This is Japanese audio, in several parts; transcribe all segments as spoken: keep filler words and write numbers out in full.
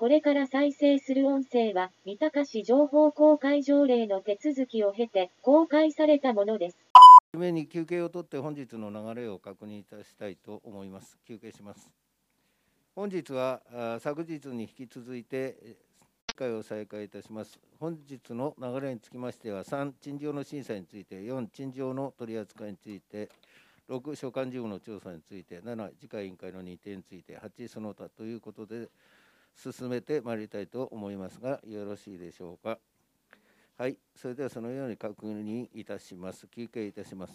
これから再生する音声は、三鷹市情報公開条例の手続きを経て公開されたものです。 はじめに休憩を取って本日の流れを確認いたしたいと思います。休憩します。本日は昨日に引き続いて会を再開いたします。本日の流れにつきましては、さん、陳情の審査について、よん、陳情の取り扱いについて、ろく、所管事務の調査について、なな、次回委員会の認定について、はち、その他ということで、進めてまいりたいと思いますが、よろしいでしょうか。はい、それではそのように確認いたします。休憩いたします。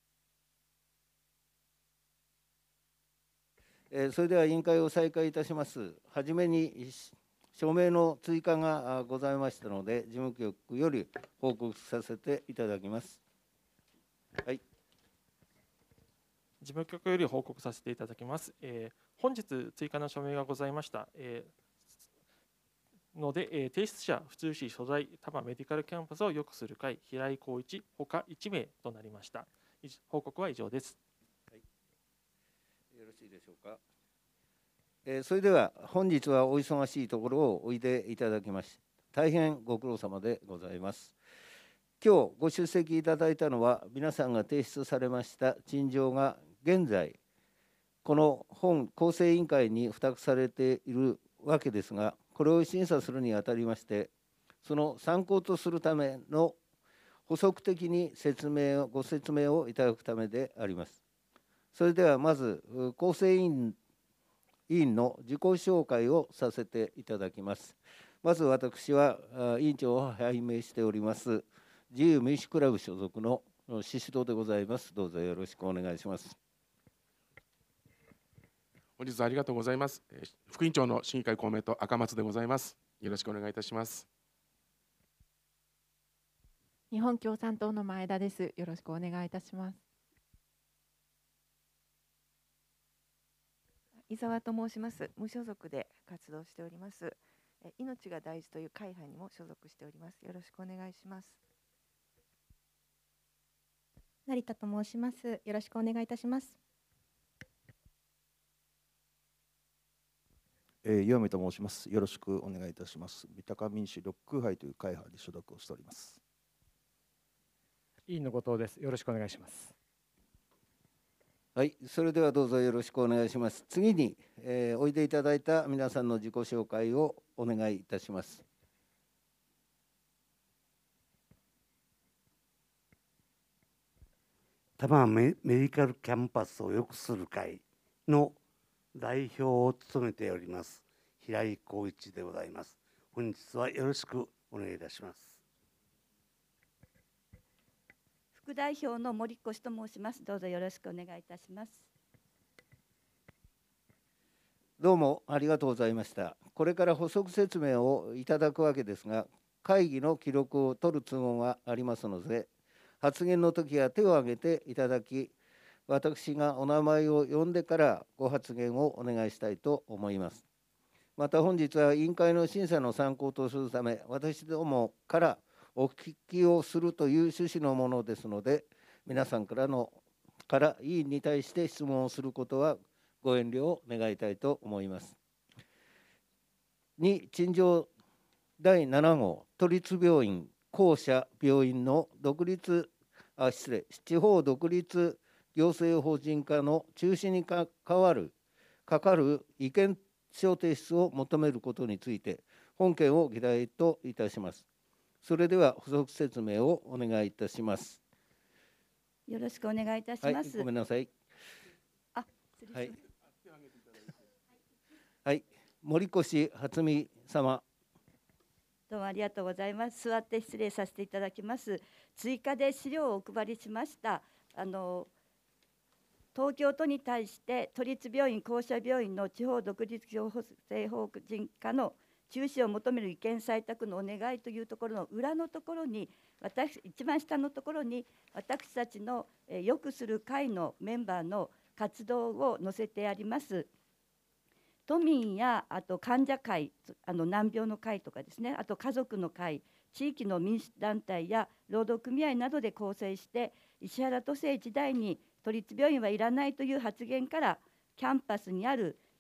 えー、それでは委員会を再開いたします。はじめに署名の追加がございましたので、事務局より報告させていただきます。はい。 事務局より報告させていただきます。えー、本日追加の署名がございました。えーので、えー、提出者、府中市所在多摩メディカルキャンパスを良くする会、平井浩一、ほかいちめいとなりました。報告は以上です。 はい、よろしいでしょうか。えー、それでは、本日はお忙しいところをおいでいただきまし、大変ご苦労様でございます。今日ご出席いただいたのは、皆さんが提出されました陳情が現在、この本構成委員会に付託されているわけですが、これを審査するにあたりまして、その参考とするための補足的に説明をご説明をいただくためであります。それではまず、構成委員委員の自己紹介をさせていただきます。まず私は委員長を拝命しております、自由民主クラブ所属の宍戸でございます。どうぞよろしくお願いします。 本日はありがとうございます。副委員長の審議会公明党赤松でございます。よろしくお願いいたします。 日本共産党の前田です。よろしくお願いいたします。 伊沢と申します。無所属で活動しております。命が大事という会派にも所属しております。よろしくお願いします。 成田と申します。よろしくお願いいたします。 えー、岩見と申します。よろしくお願いいたします。三鷹民主緑空杯という会派に所属をしております。 委員の後藤です。よろしくお願いします。 はい、それではどうぞよろしくお願いします。次に、えー、おいでいただいた皆さんの自己紹介をお願いいたします。 多摩メディカルキャンパスを良くする会の代表を務めております平井浩一でございます。本日はよろしくお願いいたします。 副代表の森越と申します。どうぞよろしくお願いいたします。 どうもありがとうございました。これから補足説明をいただくわけですが、会議の記録を取る都合がありますので、発言の時は手を挙げていただき、私がお名前を呼んでからご発言をお願いしたいと思います。また本日は委員会の審査の参考とするため、私どもからお聞きをするという趣旨のものですので、皆さんからのから委員に対して質問をすることはご遠慮を願いたいと思います。に、陳情だいなな号、都立病院、公社病院の独立、あ、失礼、地方独立行政法人化の中止にかかわるかかる意見書提出を求めることについて、本件を議題といたします。それでは補足説明をお願いいたします。 よろしくお願いいたします。 はい、ごめんなさい。 あ、失礼します。 はい、はい、森越初美様。 どうもありがとうございます。座って失礼させていただきます。追加で資料をお配りしました。あの東京都に対して都立病院、公社病院の地方独立行政法人化の中止を求める意見採択のお願いというところの裏のところに、私一番下のところに私たちの良くする会のメンバーの活動を載せてあります。都民やあと患者会、あの難病の会とかですね、あと家族の会、地域の民主団体や労働組合などで構成して、石原都政時代に都立病院はいらないという発言から、キャンパスにある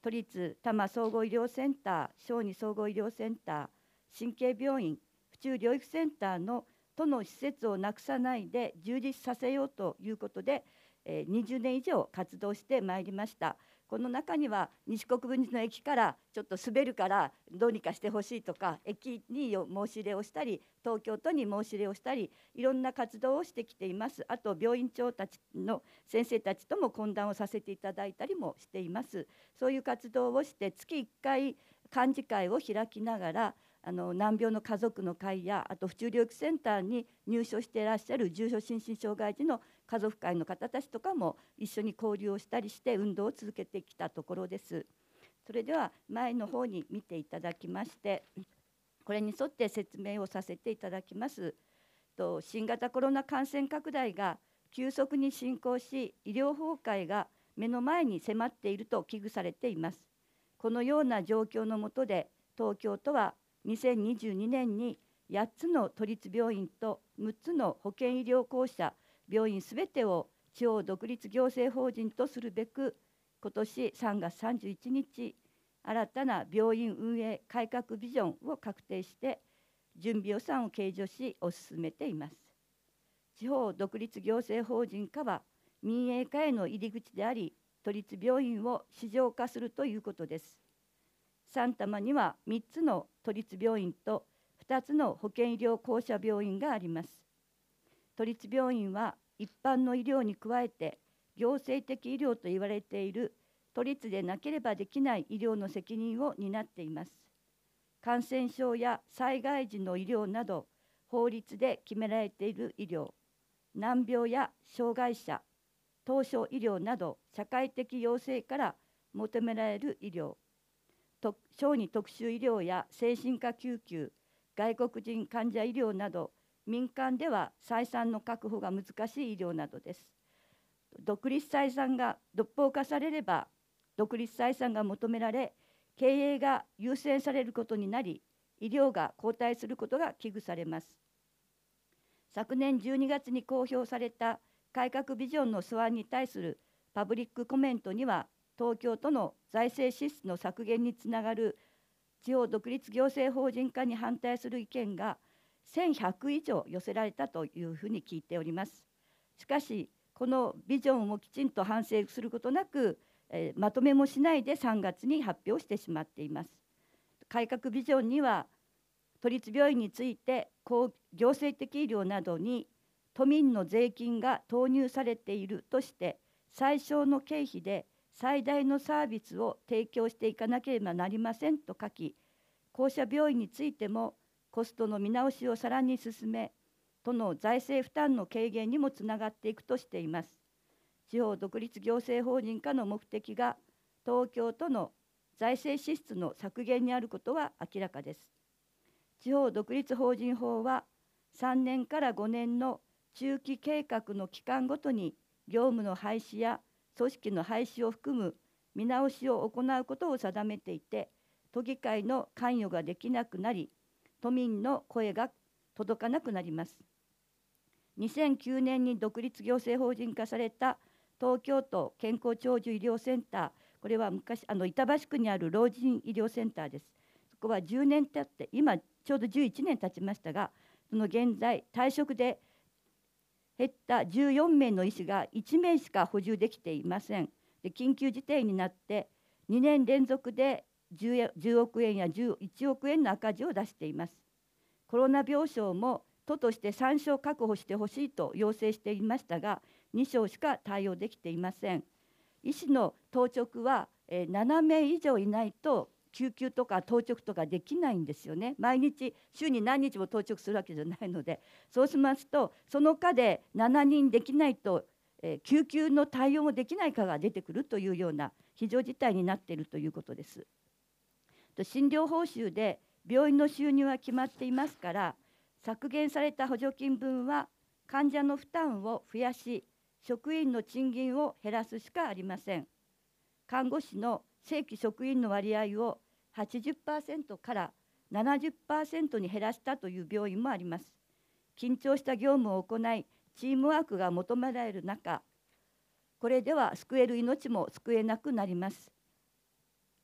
都立多摩総合医療センター、小児総合医療センター、神経病院、府中療育センターの都の施設をなくさないで充実させようということで、えー、にじゅうねん以上活動してまいりました。この中には西国分寺の駅からちょっと滑るからどうにかしてほしいとか、駅に申し入れをしたり、東京都に申し入れをしたり、いろんな活動をしてきています。あと病院長たちの先生たちとも懇談をさせていただいたりもしています。そういう活動をして月いっかい幹事会を開きながら、あの難病の家族の会や、あと府中療育センターに入所していらっしゃる重症心身障害児の家族会の方たちとかも一緒に交流をしたりして運動を続けてきたところです。それでは前の方に見ていただきまして、これに沿って説明をさせていただきます。と新型コロナ感染拡大が急速に進行し、医療崩壊が目の前に迫っていると危惧されています。このような状況の下で、東京都はにせんにじゅうにねんにやっつの都立病院とむっつの保健医療公社病院すべてを地方独立行政法人とするべく、今年さんがつさんじゅういちにち、新たな病院運営改革ビジョンを確定して準備予算を計上し推し進めています。地方独立行政法人化は民営化への入り口であり、都立病院を市場化するということです。三多摩にはみっつの都立病院とふたつの保健医療公社病院があります。都立病院は一般の医療に加えて行政的医療と言われている都立でなければできない医療の責任を担っています。感染症や災害時の医療など法律で決められている医療、難病や障害者、当初医療など社会的要請から求められる医療、小児特殊医療や精神科救急、外国人患者医療など民間では採算の確保が難しい医療などです。独立採算が独法化されれば、独立採算が求められ、経営が優先されることになり、医療が後退することが危惧されます。昨年じゅうにがつに公表された改革ビジョンの素案に対するパブリックコメントには、東京都の財政支出の削減につながる地方独立行政法人化に反対する意見がせんひゃくいじょう寄せられたというふうに聞いております。しかし、このビジョンをきちんと反省することなく、えー、まとめもしないでさんがつに発表してしまっています。改革ビジョンには、都立病院について公行政的医療などに都民の税金が投入されているとして、最小の経費で最大のサービスを提供していかなければなりませんと書き、公社病院についてもコストの見直しをさらに進め、都の財政負担の軽減にもつながっていくとしています。地方独立行政法人化の目的が東京都の財政支出の削減にあることは明らかです。地方独立法人法はさんねんからごねんの中期計画の期間ごとに業務の廃止や組織の廃止を含む見直しを行うことを定めていて、都議会の関与ができなくなり、都民の声が届かなくなります。にせんきゅうねんに独立行政法人化された東京都健康長寿医療センター、これは昔あの板橋区にある老人医療センターです。そこはじゅうねん経って、今ちょうどじゅういちねん経ちましたが、その現在退職で減ったじゅうよんめいの医師がいちめいしか補充できていません。で緊急事態になってにねんれんぞくで 10, 10億円やじゅういちおくえんの赤字を出しています。コロナ病床も都としてさんしょう確保してほしいと要請していましたが、にしょうしか対応できていません。医師の当直はななめい以上いないと救急とか当直とかできないんですよね。毎日週に何日も当直するわけじゃないので、そうしますとその科でしちにんできないと、えー、救急の対応もできない科が出てくるというような非常事態になっているということです。診療報酬で病院の収入は決まっていますから、削減された補助金分は患者の負担を増やし、職員の賃金を減らすしかありません。看護師の正規職員の割合を はちじゅっパーセント から ななじゅっパーセント に減らしたという病院もあります。緊張した業務を行い、チームワークが求められる中、これでは救える命も救えなくなります。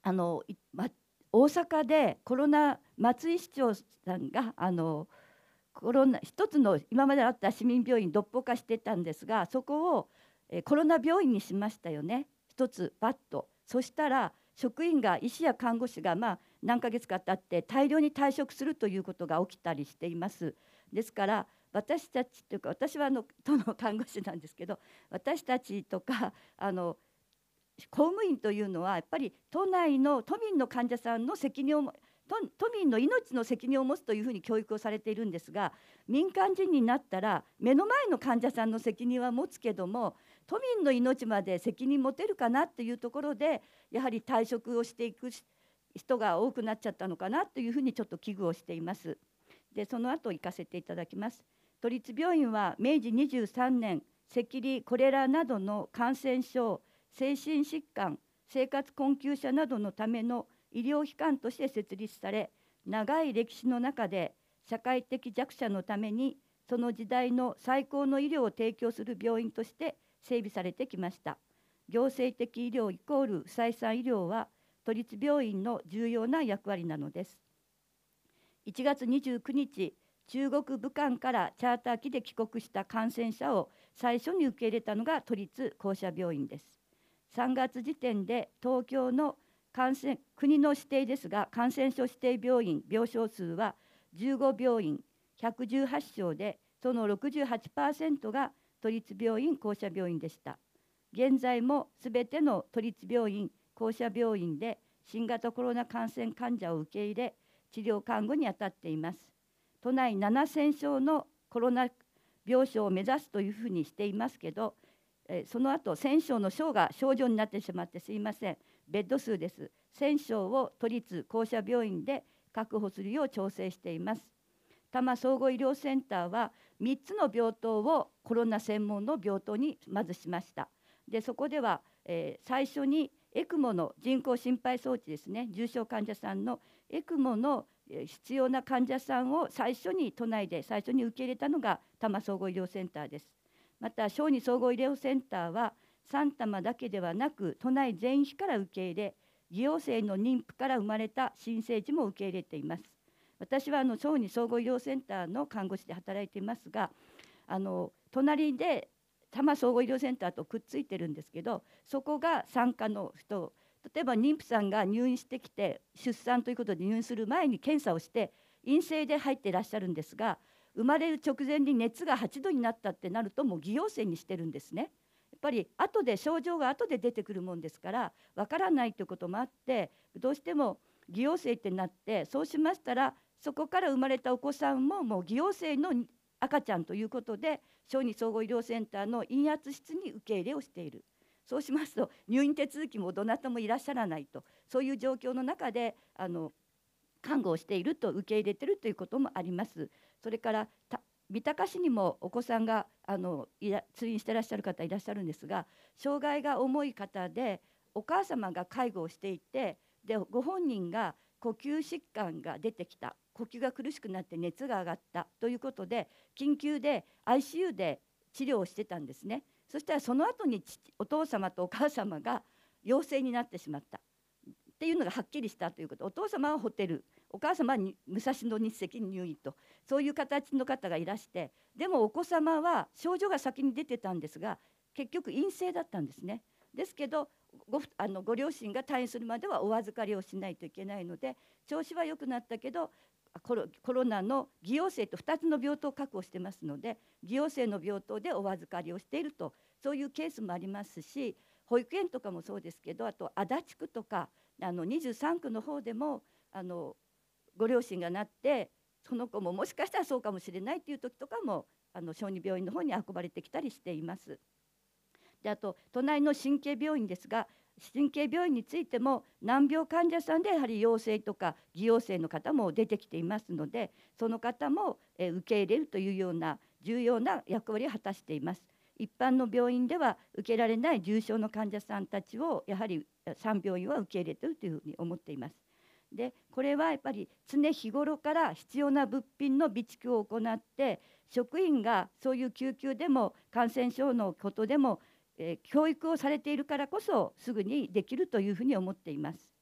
あの、ま、大阪でコロナ松井市長さんがあのコロナ一つの今まであった市民病院どっぽかしてたんですが、そこをえコロナ病院にしましたよね、一つパッと。そしたら職員が医師や看護師がまあ何ヶ月か経って大量に退職するということが起きたりしています。ですから私たちというか、私はあの都の看護師なんですけど、私たちとかあの公務員というのはやっぱり都内の都民の患者さんの責任を都, 都民の命の責任を持つというふうに教育をされているんですが、民間人になったら目の前の患者さんの責任は持つけども、都民の命まで責任持てるかなというところで、やはり退職をしていく人が多くなっちゃったのかなというふうにちょっと危惧をしています。でその後行かせていただきます。都立病院はめいじにじゅうさんねん、赤痢、コレラなどの感染症、精神疾患、生活困窮者などのための医療機関として設立され、長い歴史の中で社会的弱者のためにその時代の最高の医療を提供する病院として整備されてきました。行政的医療イコール不採算医療は都立病院の重要な役割なのです。いちがつにじゅうくにち、中国武漢からチャーター機で帰国した感染者を最初に受け入れたのが都立公社病院です。さんがつ時点で東京の感染国の指定ですが、感染症指定病院病床数はじゅうご病院ひゃくじゅうはちしょうで、その ろくじゅうはちパーセント が都立病院公社病院でした。現在もすべての都立病院公社病院で新型コロナ感染患者を受け入れ、治療看護に当たっています。都内ななせんしょうのコロナ病床を目指すというふうにしていますけど、えその後せんしょうの床が症状になってしまってすいません。ベッド数です。せんしょうを都立公社病院で確保するよう調整しています。多摩総合医療センターはみっつの病棟をコロナ専門の病棟にまずしました。でそこでは、えー、最初にエクモの人工心肺装置ですね、重症患者さんのエクモの必要な患者さんを最初に都内で最初に受け入れたのが多摩総合医療センターです。また小児総合医療センターはさん多摩だけではなく都内全域から受け入れ、偽陽性の妊婦から生まれた新生児も受け入れています。私はあの小児総合医療センターの看護師で働いていますが、あの隣で多摩総合医療センターとくっついてるんですけど、そこが産科の人、例えば妊婦さんが入院してきて出産ということで入院する前に検査をして陰性で入っていらっしゃるんですが、生まれる直前に熱がはちどになったってなるともう偽陽性にしてるんですね。やっぱり後で症状が後で出てくるもんですからわからないということもあって、どうしても偽陽性ってなって、そうしましたらそこから生まれたお子さんももう偽陽性の赤ちゃんということで小児総合医療センターの陰圧室に受け入れをしている。そうしますと入院手続きもどなたもいらっしゃらないと、そういう状況の中であの看護をしていると受け入れているということもあります。それから三鷹市にもお子さんがあのいら通院していらっしゃる方いらっしゃるんですが、障害が重い方でお母様が介護をしていて、でご本人が呼吸疾患が出てきた、呼吸が苦しくなって熱が上がったということで緊急で アイシーユー で治療をしてたんですね。そしたらその後にお父様とお母様が陽性になってしまったっていうのがはっきりしたということ。お父様はホテル、お母様は武蔵野日赤に入院と、そういう形の方がいらして、でもお子様は症状が先に出てたんですが結局陰性だったんですね。ですけど ご, あのご両親が退院するまではお預かりをしないといけないので、調子は良くなったけどコ ロ, コロナの偽陽性とふたつの病棟を確保してますので、偽陽性の病棟でお預かりをしていると、そういうケースもありますし、保育園とかもそうですけど、あと足立区とかあのにじゅうさんくの方でもあのご両親がなってその子ももしかしたらそうかもしれないという時とかもあの小児病院の方に運ばれてきたりしています。であと隣の神経病院ですが、神経病院についても難病患者さんでやはり陽性とか偽陽性の方も出てきていますので、その方も受け入れるというような重要な役割を果たしています。一般の病院では受けられない重症の患者さんたちをやはりさん病院は受け入れているというふうに思っています。でこれはやっぱり常日頃から必要な物品の備蓄を行って、職員がそういう救急でも感染症のことでも、えー、教育をされているからこそすぐにできるというふうに思っています。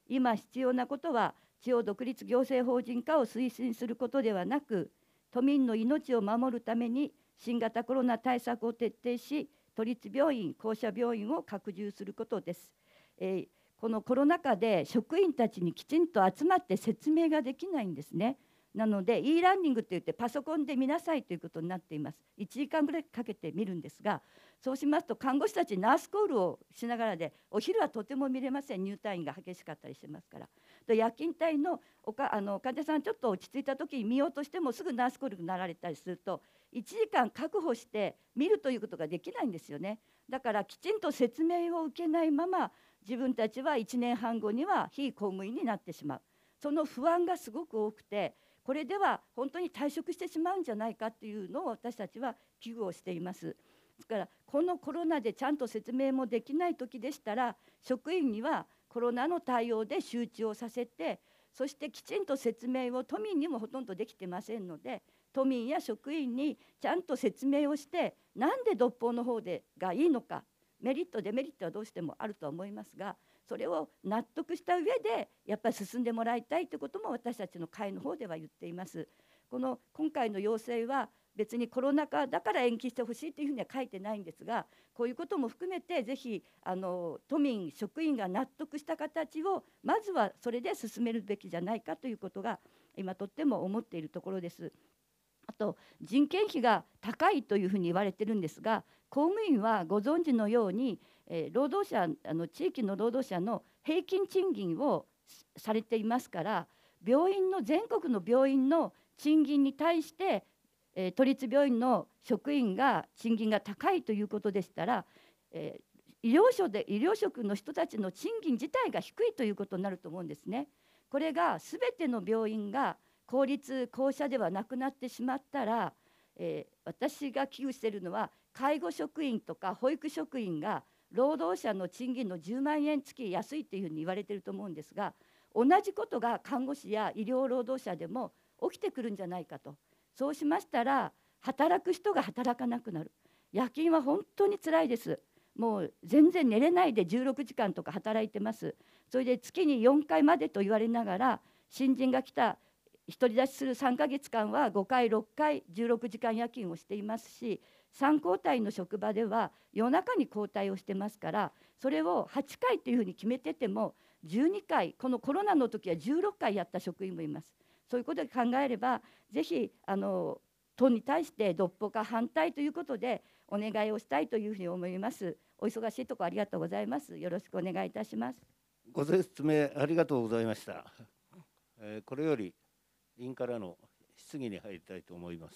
今必要なことは地方独立行政法人化を推進することではなく、都民の命を守るために新型コロナ対策を徹底し、都立病院、公社病院を拡充することです。えー、このコロナ禍で職員たちにきちんと集まって説明ができないんですね。なので e ラーニングといってパソコンで見なさいということになっています。いちじかんぐらいかけて見るんですが、そうしますと看護師たちナースコールをしながらで、お昼はとても見れません。入退院が激しかったりしますから。で夜勤帯のおかあの患者さんちょっと落ち着いた時に見ようとしてもすぐナースコールになられたりするといちじかん確保して見るということができないんですよね。だからきちんと説明を受けないまま自分たちはいちねんはんごには非公務員になってしまう。その不安がすごく多くて、これでは本当に退職してしまうんじゃないかというのを私たちは危惧をしています。ですからこのコロナでちゃんと説明もできない時でしたら、職員にはコロナの対応で集中をさせて、そしてきちんと説明を都民にもほとんどできてませんので、都民や職員にちゃんと説明をして、なんで独法の方でがいいのか、メリットデメリットはどうしてもあるとは思いますが、それを納得した上でやっぱり進んでもらいたいということも私たちの会の方では言っています。この今回の要請は別にコロナ禍だから延期してほしいというふうには書いてないんですが、こういうことも含めてぜひあの都民職員が納得した形をまずはそれで進めるべきじゃないかということが今とっても思っているところです。あと人件費が高いというふうに言われてるんですが、公務員はご存知のように、えー、労働者あの地域の労働者の平均賃金をされていますから、病院の全国の病院の賃金に対して、えー、都立病院の職員が賃金が高いということでしたら、えー、医療所で医療職の人たちの賃金自体が低いということになると思うんですね。これがすべての病院が公立公社ではなくなってしまったら、えー、私が危惧しているのは介護職員とか保育職員が労働者の賃金のじゅうまんえん月安いというふうに言われていると思うんですが、同じことが看護師や医療労働者でも起きてくるんじゃないかと。そうしましたら働く人が働かなくなる。夜勤は本当につらいです。もう全然寝れないでじゅうろくじかんとか働いてます。それで月によんかいまでと言われながら、新人が来た独り立ちするさんかげつかんはごかいろっかいじゅうろくじかん夜勤をしていますし、さん交代の職場では夜中に交代をしてますから、それをはちかいというふうに決めててもじゅうにかい、このコロナの時はじゅうろっかいやった職員もいます。そういうことで考えれば、ぜひあの都に対して独法化反対ということでお願いをしたいというふうに思います。お忙しいところありがとうございます。よろしくお願いいたします。 ご説明ありがとうございました。えー、これより委員からの質疑に入りたいと思います。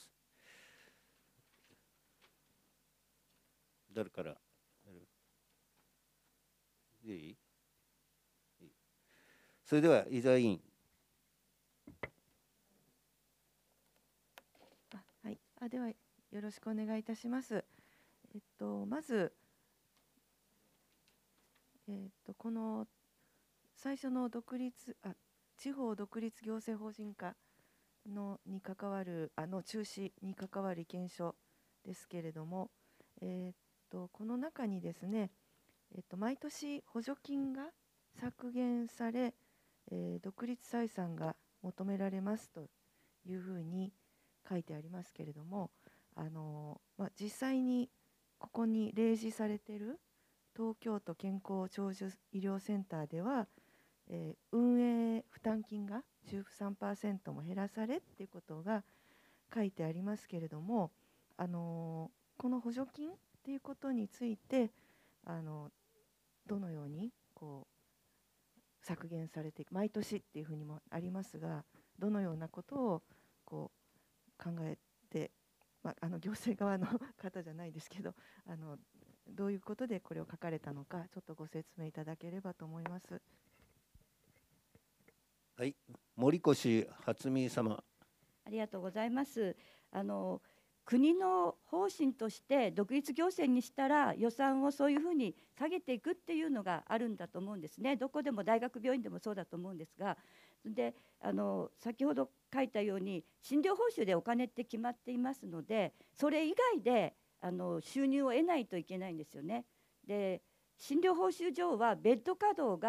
誰からいい？それでは伊沢委員。 あ、はい、あではよろしくお願いいたします。えっと、まず、えっと、この最初の独立あ地方独立行政法人化のに関わるあの中止に関わる意見書ですけれども、えっとこの中にですね、えっと毎年補助金が削減され、えー、独立採算が求められますというふうに書いてありますけれども、あのまあ、実際にここに例示されている東京都健康長寿医療センターでは、えー、運営負担金が じゅうさんパーセント も減らされっていうことが書いてありますけれども、あのー、この補助金っていうことについてあのどのようにこう削減されていく、毎年っていうふうにもありますが、どのようなことをこう考えて、まあ、あの行政側の方じゃないですけど、あのどういうことでこれを書かれたのか、ちょっとご説明いただければと思います。 はい、森越初美様。 ありがとうございます。あの国の方針として独立行政にしたら予算をそういうふうに下げていくっていうのがあるんだと思うんですね。どこでも大学病院でもそうだと思うんですが、であの先ほど書いたように診療報酬でお金って決まっていますので、それ以外であの収入を得ないといけないんですよね。で診療報酬上はベッド稼働が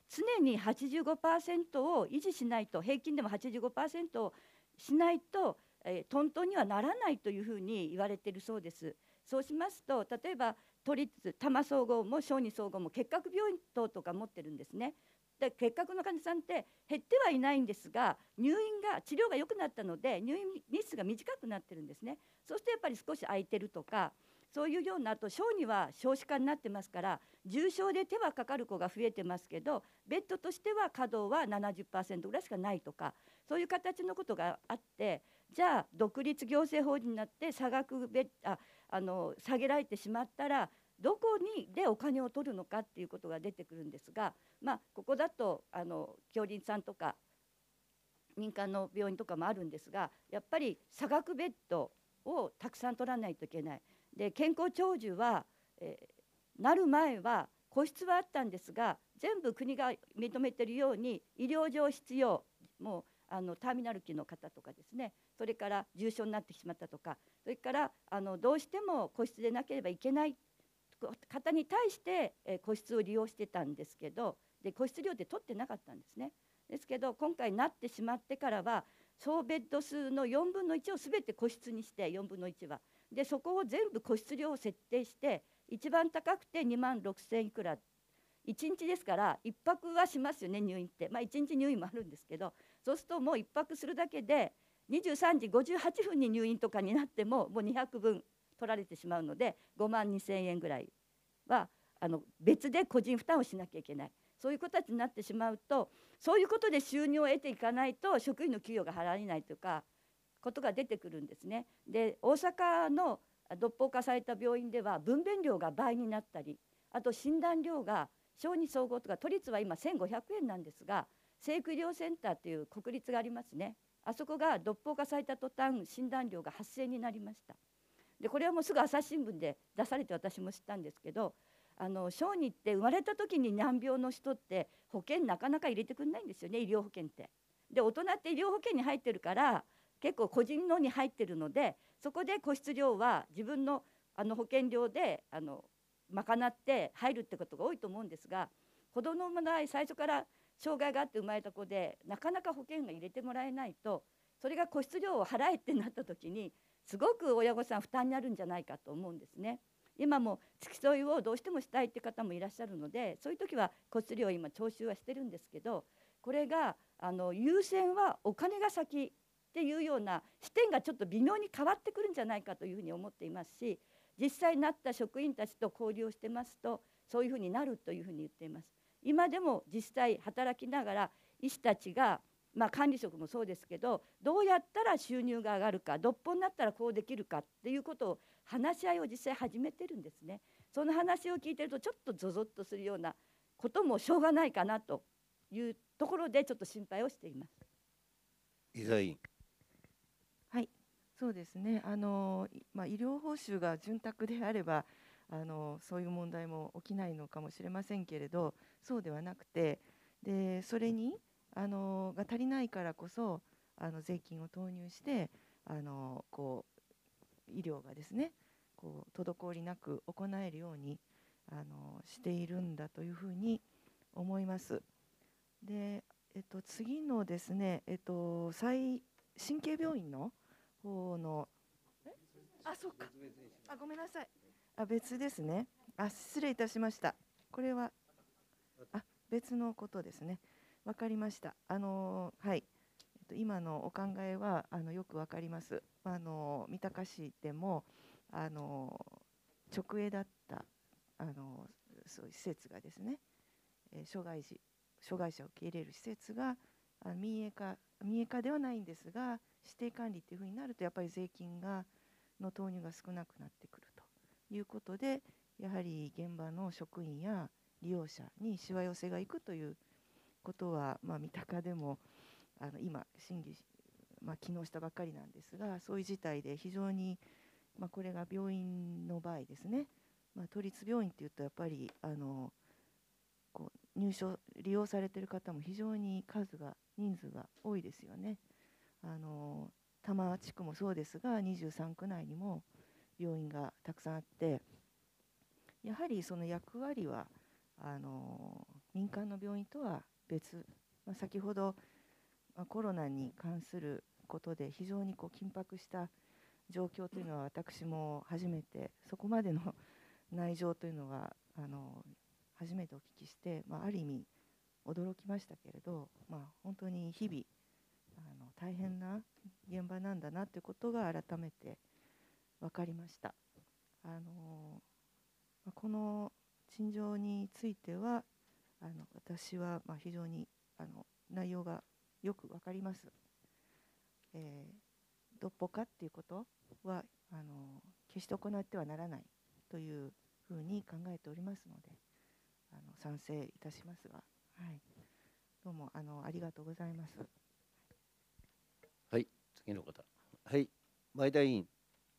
常に はちじゅうごパーセント を維持しないと、平均でも はちじゅうごパーセント をしないと、えー、トントンにはならないというふうに言われているそうです。そうしますと、例えば都立多摩総合も小児総合も結核病院等とか持ってるんですね。で結核の患者さんって減ってはいないんですが、入院が治療が良くなったので入院日数が短くなってるんですね。そうするとやっぱり少し空いてるとか、そういうような、あと小児は少子化になってますから、重症で手はかかる子が増えてますけど、ベッドとしては稼働は ななじゅっパーセント ぐらいしかないとか、そういう形のことがあって、じゃあ独立行政法人になって差額ベッああの下げられてしまったら、どこにでお金を取るのかっていうことが出てくるんですが、まあ、ここだとあの杏林さんとか民間の病院とかもあるんですが、やっぱり差額ベッドをたくさん取らないといけない。で健康長寿は、えー、なる前は個室はあったんですが、全部国が認めているように医療上必要、もうあのターミナル期の方とかですね、それから重症になってしまったとか、それからあのどうしても個室でなければいけない方に対して、えー、個室を利用してたんですけど、で個室料って取ってなかったんですね。ですけど今回なってしまってからは、総ベッド数のよんぶんのいちをすべて個室にして、よんぶんのいちはでそこを全部個室料を設定して、一番高くてにまんろくせんいくら、いちにちですからいっぱくはしますよね、入院って。まあいちにち入院もあるんですけど、そうするともういっぱくするだけでにじゅうさんじごじゅうはっぷんに入院とかになってももうにひゃくぶん取られてしまうので、ごまんにせんえんぐらいはあの別で個人負担をしなきゃいけない。そういう形になってしまうと、そういうことで収入を得ていかないと職員の給与が払えないとかことが出てくるんですね。で大阪の独法化された病院では分娩料が倍になったり、あと診断料が小児総合とか都立は今せんごひゃくえんなんですが、成育医療センターという国立がありますね。あそこが独法化された途端診断料がはっせんえんになりました。でこれはもうすぐ朝日新聞で出されて私も知ったんですけど、あの小児って生まれた時に難病の人って保険なかなか入れてくれないんですよね、医療保険って。で大人って医療保険に入ってるから結構個人のに入ってるので、そこで個室料は自分のあの保険料であの賄って入るってことが多いと思うんですが、子どもの場合最初から障害があって生まれた子でなかなか保険が入れてもらえないと、それが個室料を払えってなった時にすごく親御さん負担になるんじゃないかと思うんですね。今も付き添いをどうしてもしたいって方もいらっしゃるので、そういう時は個室料を今徴収はしてるんですけど、これがあの優先はお金が先っていうような視点がちょっと微妙に変わってくるんじゃないかというふうに思っていますし、実際になった職員たちと交流をしてますとそういうふうになるというふうに言っています。今でも実際働きながら医師たちが、まあ、管理職もそうですけど、どうやったら収入が上がるか、独歩になったらこうできるかっていうことを話し合いを実際始めてるんですね。その話を聞いてるとちょっとゾゾッとするようなこともしょうがないかなというところでちょっと心配をしています。 伊沢委員。 はい、そうですね。あの、まあ、医療報酬が潤沢であればあのそういう問題も起きないのかもしれませんけれど、そうではなくて、でそれにあのが足りないからこそあの税金を投入してあのこう医療がですねこう滞りなく行えるようにあのしているんだというふうに思います。で、えっと、次のですね、えっと、再神経病院の方のえあそうかあごめんなさいあ別ですねあ失礼いたしました。これはあ別のことですね。わかりました。あのはい、えっと、今のお考えはあのよくわかります。あの三鷹市でもあの直営だったあのそういう施設がですね、えー、障害児障害者を受け入れる施設があ民営化民営化ではないんですが指定管理というふうになるとやっぱり税金がの投入が少なくなってくるということで、やはり現場の職員や利用者にしわ寄せがいくということは、まあ、三鷹でもあの今審議、まあ、昨日したばっかりなんですが、そういう事態で非常に、まあ、これが病院の場合ですね、まあ、都立病院というとやっぱりあのこう入所利用されている方も非常に数が人数が多いですよね。あの多摩地区もそうですがにじゅうさんく内にも病院がたくさんあって、やはりその役割はあの民間の病院とは別、まあ、先ほど、まあ、コロナに関することで非常にこう緊迫した状況というのは私も初めて、そこまでの内情というのはあの初めてお聞きして、まあ、ある意味驚きましたけれど、まあ、本当に日々あの大変な現場なんだなということが改めて分かりました。あのこの陳情についてはあの私はまあ非常にあの内容がよく分かります。えー、どっぽかっていうことはあの決して行ってはならないというふうに考えておりますので、あの賛成いたしますが、はい、どうもあのありがとうございます。 はい、次の方。はい、前田委員。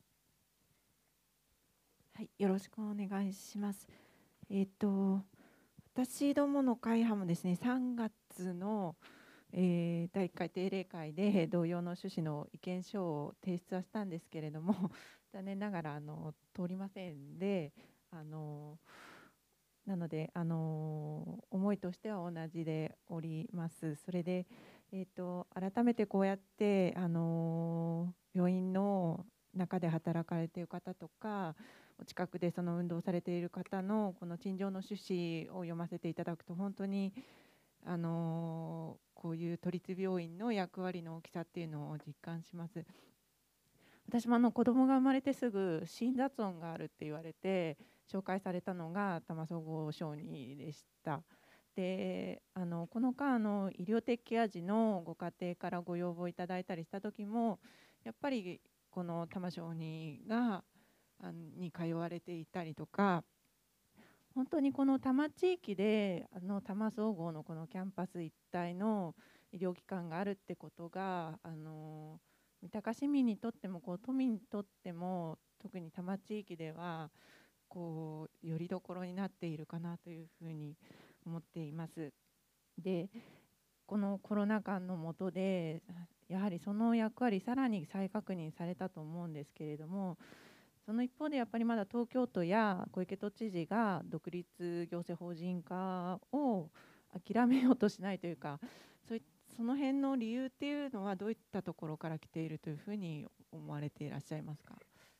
はい、よろしくお願いします。えっと私どもの会派もですね、さんがつの、えー、だいいっかい定例会で同様の趣旨の意見書を提出はしたんですけれども、残念ながらあの通りませんで、あのなのであの思いとしては同じでおります。それで、えー、と改めてこうやってあの病院の中で働かれている方とか、お近くでその運動をされている方のこの陳情の趣旨を読ませていただくと、本当にあのこういう都立病院の役割の大きさっていうのを実感します。私もあの子供が生まれてすぐ心雑音があるって言われて紹介されたのが多摩総合小児でした。であのこの間の医療的ケア児のご家庭からご要望いただいたりした時も、やっぱりこの多摩小児がに通われていたりとか、本当にこの多摩地域であの多摩総合のこのキャンパス一帯の医療機関があるってことが、あの三鷹市民にとってもこう都民にとっても、特に多摩地域ではこうよりどころになっているかなというふうに思っています。でこのコロナ禍の下でやはりその役割さらに再確認されたと思うんですけれども、その一方でやっぱりまだ東京都や小池都知事が独立行政法人化を諦めようとしないというか、そういその辺の理由っていうのはどういったところから来ているというふうに思われていらっしゃいますか。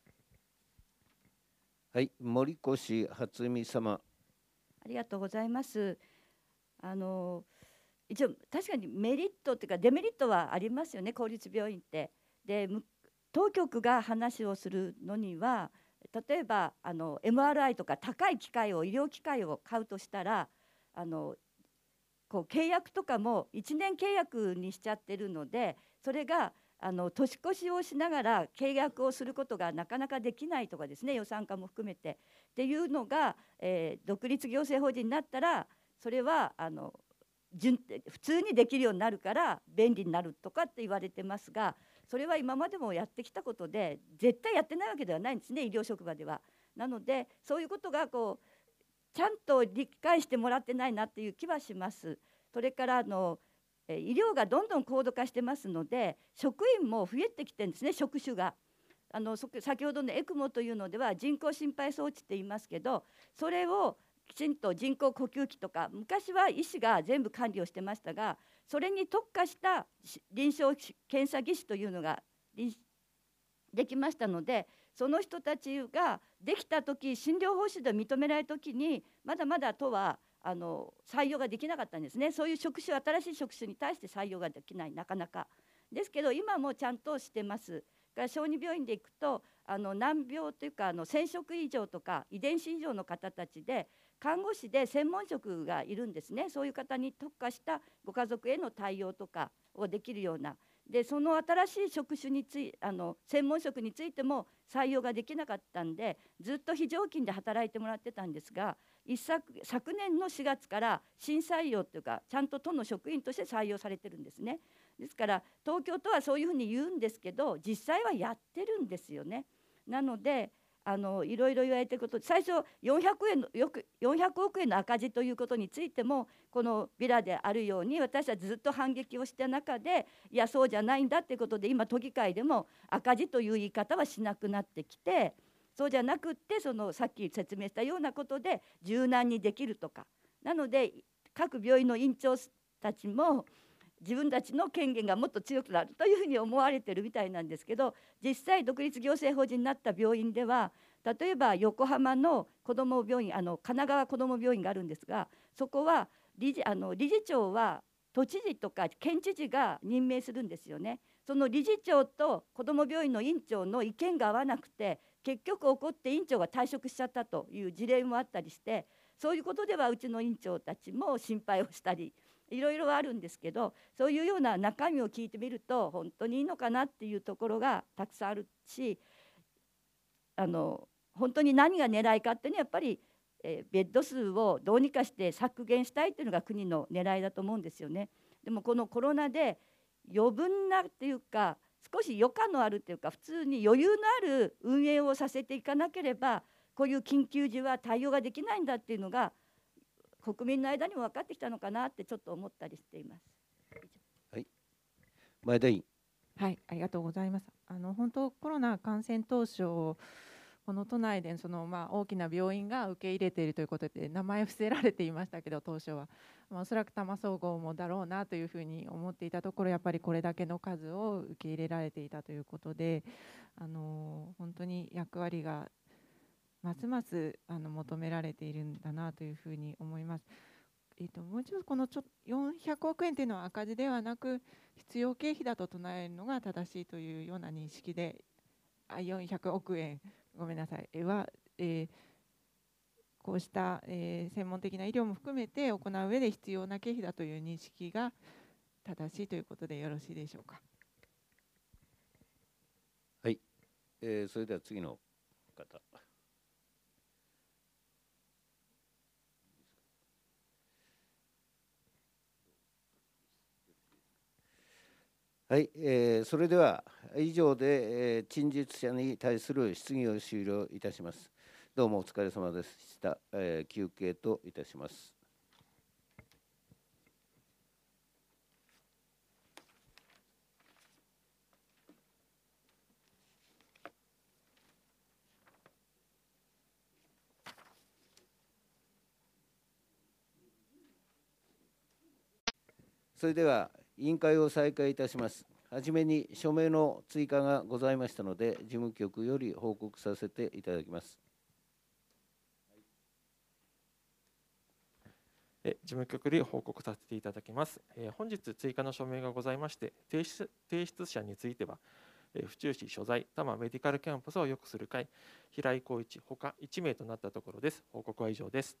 はい、森越初美様。 ありがとうございます。あの一応確かにメリットというかデメリットはありますよね、公立病院って。で当局が話をするのには、例えばあの エムアールアイ とか高い機械を医療機械を買うとしたら、あのこう契約とかもいちねん契約にしちゃってるので、それがあの年越しをしながら契約をすることがなかなかできないとかですね、予算化も含めてっていうのが、えー、独立行政法人になったら、それはあの順普通にできるようになるから便利になるとかって言われてますが、それは今までもやってきたことで絶対やってないわけではないんですね、医療職場では。なのでそういうことがこうちゃんと理解してもらってないなっていう気はします。それからあの医療がどんどん高度化してますので、職員も増えてきてるんですね、職種が。あの先ほどのエクモというのでは人工心肺装置って言いますけど、それをきちんと人工呼吸器とか、昔は医師が全部管理をしてましたが、それに特化した臨床検査技師というのができましたので、その人たちができた時、診療報酬で認められた時にまだまだ都はあの採用ができなかったんですね。そういう職種、新しい職種に対して採用ができない、なかなかですけど、今もちゃんとしてます。から小児病院で行くと、あの難病というかあの染色異常とか遺伝子異常の方たちで、看護師で専門職がいるんですね。そういう方に特化したご家族への対応とかをできるような。でその新しい職種についあの専門職についても採用ができなかったんで、ずっと非常勤で働いてもらってたんですが、一昨昨年のしがつから新採用というか、ちゃんと都の職員として採用されてるんですね。ですから東京都はそういうふうに言うんですけど、実際はやってるんですよね。なのであのいろいろ言われていること、最初よんひゃくえんのよくよんひゃくおくえんの赤字ということについても、このビラであるように私はずっと反撃をした中で、いやそうじゃないんだということで、今都議会でも赤字という言い方はしなくなってきて、そうじゃなくって、そのさっき説明したようなことで柔軟にできるとか、なので各病院の院長たちも自分たちの権限がもっと強くなるというふうに思われているみたいなんですけど、実際独立行政法人になった病院では、例えば横浜の子ども病院、あの神奈川こども病院があるんですが、そこは理事、あの理事長は都知事とか県知事が任命するんですよね。その理事長と子ども病院の院長の意見が合わなくて、結局起こって院長が退職しちゃったという事例もあったりして、そういうことではうちの院長たちも心配をしたり、いろいろあるんですけど、そういうような中身を聞いてみると本当にいいのかなっていうところがたくさんあるし、あの本当に何が狙いかっていうのはやっぱり、えー、ベッド数をどうにかして削減したいっていうのが国の狙いだと思うんですよね。でもこのコロナで余分なっていうか、少し余暇のあるっていうか、普通に余裕のある運営をさせていかなければ、こういう緊急時は対応ができないんだっていうのが国民の間にも分かってきたのかなってちょっと思ったりしています。 はい、前田委員。 はい、ありがとうございます。あの本当コロナ感染当初、この都内でその、まあ、大きな病院が受け入れているということで名前伏せられていましたけど、当初は、まあ、おそらく多摩総合もだろうなというふうに思っていたところ、やっぱりこれだけの数を受け入れられていたということで、あの本当に役割がますますあの求められているんだなというふうに思います。えー、ともう一度このちょよんひゃくおくえんというのは赤字ではなく必要経費だと唱えるのが正しいというような認識で、あよんひゃくおくえんごめんなさいは、えー、こうした、えー、専門的な医療も含めて行う上で必要な経費だという認識が正しいということでよろしいでしょうか。 はい、えー、それでは次の方。はい、えー、それでは以上で、えー、陳述者に対する質疑を終了いたします。どうもお疲れ様でした。えー、休憩といたします。それでは委員会を再開いたします。はじめに署名の追加がございましたので、事務局より報告させていただきます。 え事務局より報告させていただきます。え本日追加の署名がございまして、提出提出者については、え府中市所在多摩メディカルキャンパスを良くする会、平井浩一ほかいちめいとなったところです。報告は以上です。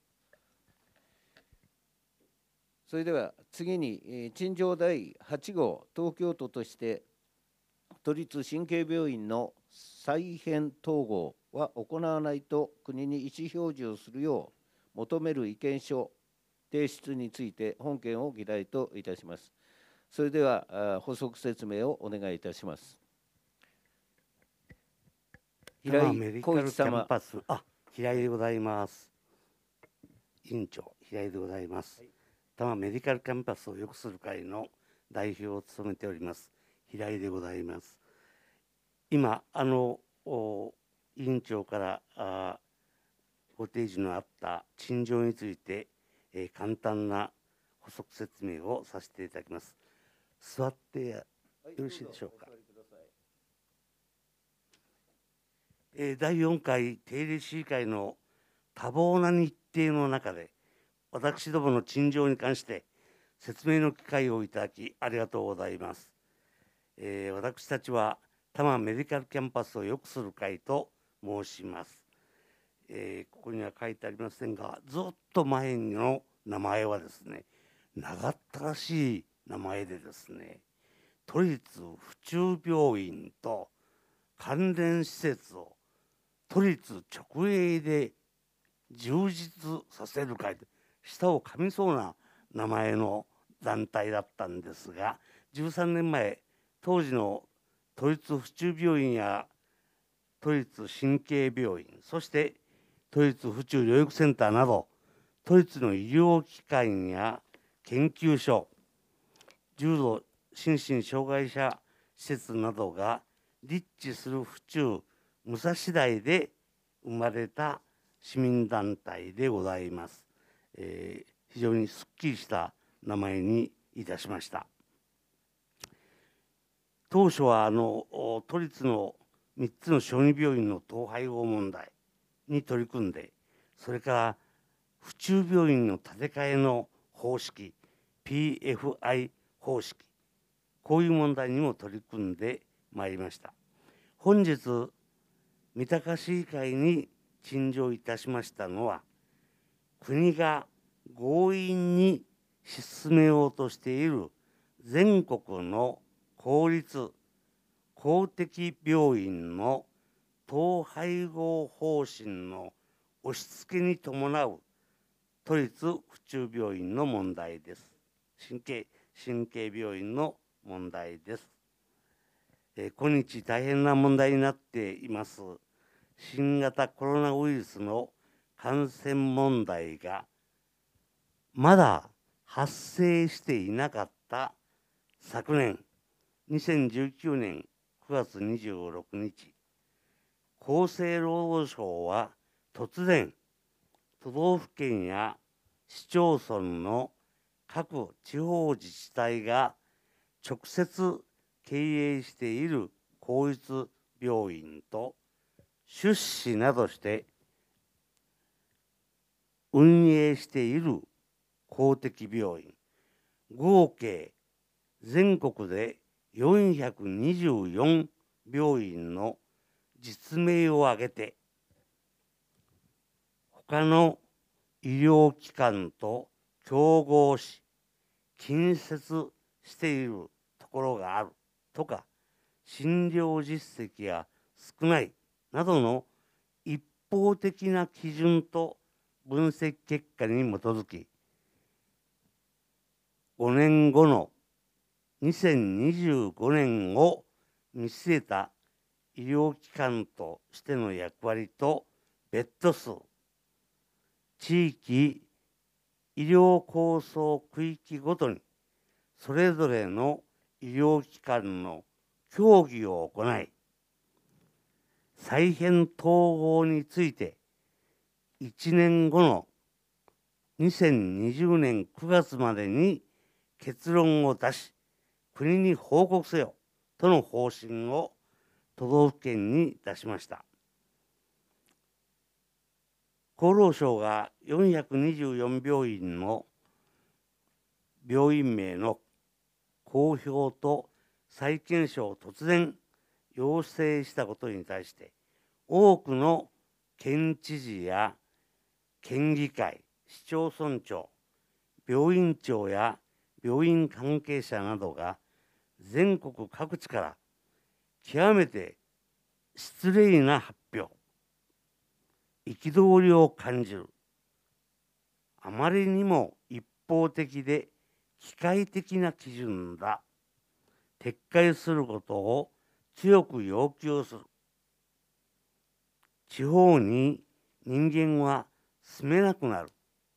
それでは次に陳情だいはち号、東京都として都立神経病院の再編統合は行わないと国に意思表示をするよう求める意見書提出について本件を議題といたします。それでは補足説明をお願いいたします。 平井浩一様。あ、平井でございます。委員長、平井でございます。はい、多摩メディカルキャンパスを良くする会の代表を務めております平井でございます。今あの委員長からあご提示のあった陳情について、えー、簡単な補足説明をさせていただきます。座ってよろしいでしょうか。えー、だいよんかい定例市議会の多忙な日程の中で私どもの陳情に関して説明の機会をいただきありがとうございます。えー、私たちは多摩メディカルキャンパスを良くする会と申します。えー、ここには書いてありませんが、ずっと前の名前はですね、長ったらしい名前でですね、都立府中病院と関連施設を都立直営で充実させる会、舌を噛みそうな名前の団体だったんですが、じゅうさんねんまえ、当時の都立府中病院や都立神経病院、そして都立府中療育センターなど都立の医療機関や研究所、重度心身障害者施設などが立地する府中武蔵台で生まれた市民団体でございます。えー、 非常にすっきりした名前にいたしました。当初はあの都立のみっつの小児病院の統廃合問題に取り組んで、それから府中病院の建て替えの方式 ピーエフアイ 方式、こういう問題にも取り組んでまいりました。本日三鷹市議会に陳情いたしましたのは、国が強引に進めようとしている全国の公立公的病院の統廃合方針の押し付けに伴う都立府中病院の問題です。神経神経病院の問題です。えー、今日大変な問題になっています新型コロナウイルスの感染問題がまだ発生していなかった昨年にせんじゅうきゅうねんくがつにじゅうろくにち、厚生労働省は突然都道府県や市町村の各地方自治体が直接経営している公立病院と出資などして運営している公的病院合計全国でよんひゃくにじゅうよん病院の実名を挙げて他の医療機関と競合し近接しているところがあるとか、診療実績が少ないなどの一方的な基準と分析結果に基づき、ごねんごのにせんにじゅうごねんを見据えた医療機関としての役割とベッド数、地域医療構想区域ごとにそれぞれの医療機関の協議を行い、再編統合についていちねんごのにせんにじゅうねんくがつまでに結論を出し、国に報告せよとの方針を都道府県に出しました。厚労省がよんひゃくにじゅうよん病院の病院名の公表と再検証を突然要請したことに対して、多くの県知事や県議会、市町村長、病院長や病院関係者などが全国各地から極めて失礼な発表、憤りを感じる、あまりにも一方的で機械的な基準だ、撤回することを強く要求する、地方に人間は住めなくなる、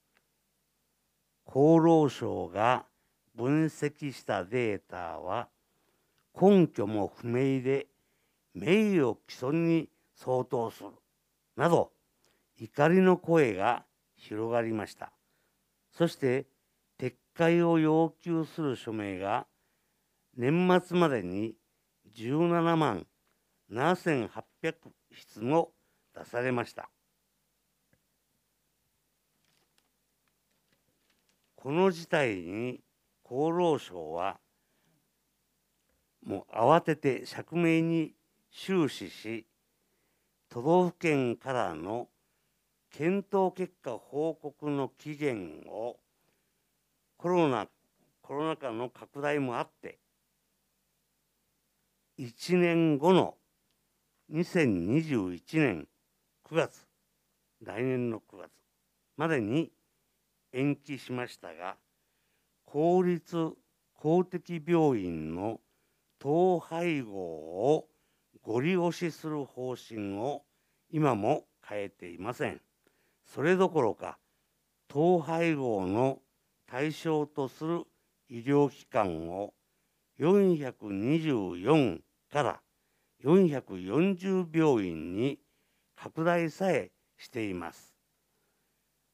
厚労省が分析したデータは根拠も不明で名誉毀損に相当するなど怒りの声が広がりました。そして撤回を要求する署名が年末までにじゅうななまんななせんはっぴゃくひつも出されました。この事態に厚労省はもう慌てて釈明に終始し、都道府県からの検討結果報告の期限をコロナコロナ禍の拡大もあっていちねんごのにせんにじゅういちねんくがつ、来年のくがつまでに延期しましたが、公立公的病院の統廃合をご利押しする方針を今も変えていません。それどころか統廃合の対象とする医療機関をよんひゃくにじゅうよんからよんひゃくよんじゅう病院に拡大さえしています。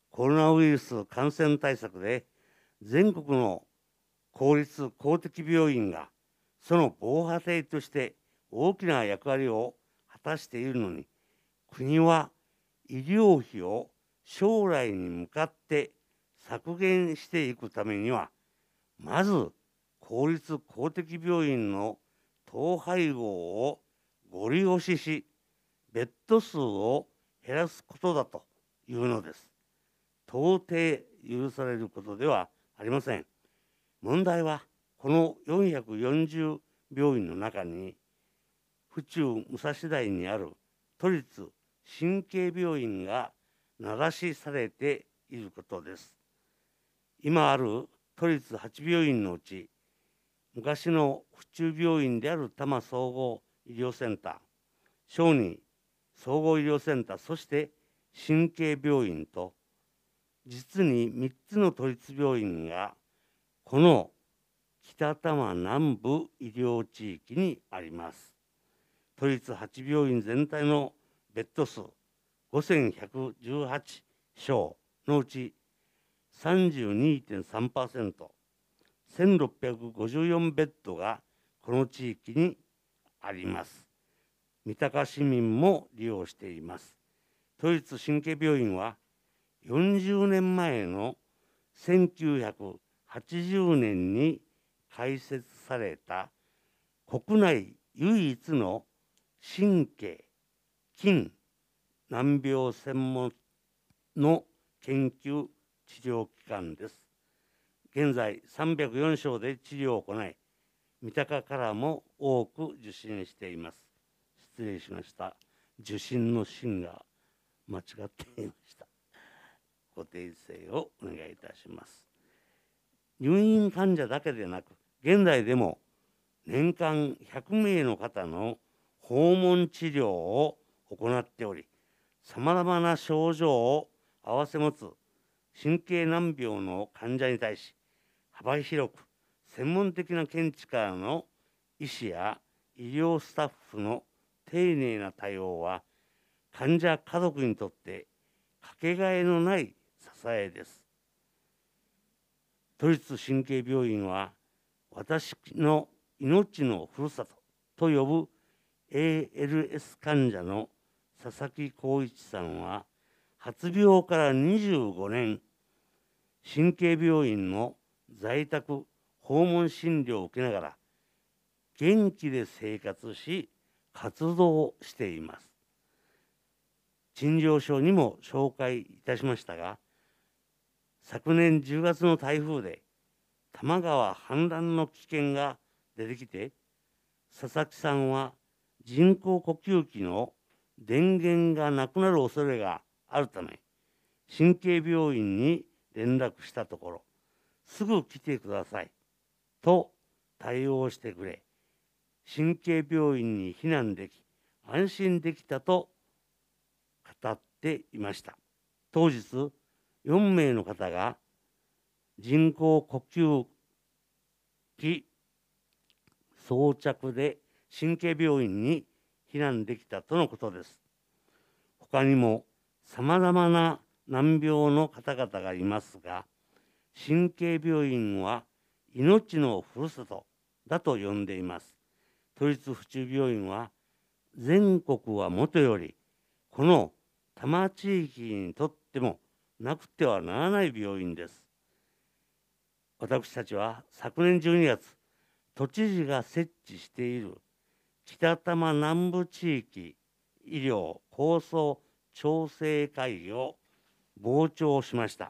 コロナウイルス感染対策で全国の公立公的病院がその防波堤として大きな役割を果たしているのに、国は医療費を将来に向かって削減していくためには、まず公立公的病院の統廃合をご利用しし、ベッド数を減らすことだというのです。到底許されることではありません。問題はこのよんひゃくよんじゅう病院の中に、府中武蔵台にある都立神経病院が名指しされていることです。今ある都立はち病院のうち、昔の府中病院である多摩総合医療センター、小児総合医療センター、そして神経病院と、実にみっつの都立病院がこの北多摩南部医療地域にあります。都立はち病院全体のベッド数ごせんひゃくじゅうはち床のうち さんじゅうにてんさんパーセント、せんろっぴゃくごじゅうよんベッドがこの地域にあります。三鷹市民も利用しています。都立神経病院はよんじゅうねんまえのせんきゅうひゃくはちじゅうねんに開設された国内唯一の神経筋難病専門の研究治療機関です。現在さんびゃくよん床で治療を行い、三鷹からも多く受診しています。失礼しました。受診の診が間違っていました。ご訂正をお願いいたします。入院患者だけでなく、現在でも年間ひゃくめいの方の訪問治療を行っており、さまざまな症状を併せ持つ神経難病の患者に対し、幅広く専門的な見地からの医師や医療スタッフの丁寧な対応は、患者家族にとってかけがえのない支えです。都立神経病院は、私の命のふるさとと呼ぶ エーエルエス 患者の佐々木浩一さんは、発病からにじゅうごねん、神経病院の在宅訪問診療を受けながら、元気で生活し、活動しています。陳情書にも紹介いたしましたが、昨年じゅうがつの台風で多摩川氾濫の危険が出てきて、佐々木さんは人工呼吸器の電源がなくなる恐れがあるため、神経病院に連絡したところ、すぐ来てくださいと対応してくれ、神経病院に避難でき、安心できたと語っていました。当日、よんめいの方が人工呼吸器装着で神経病院に避難できたとのことです。他にもさまざまな難病の方々がいますが、神経病院は命のふるさとだと呼んでいます。都立府中病院は全国はもとより、この多摩地域にとってもなくてはならない病院です。私たちは昨年じゅうにがつ、都知事が設置している北多摩南部地域医療構想調整会議を傍聴しました。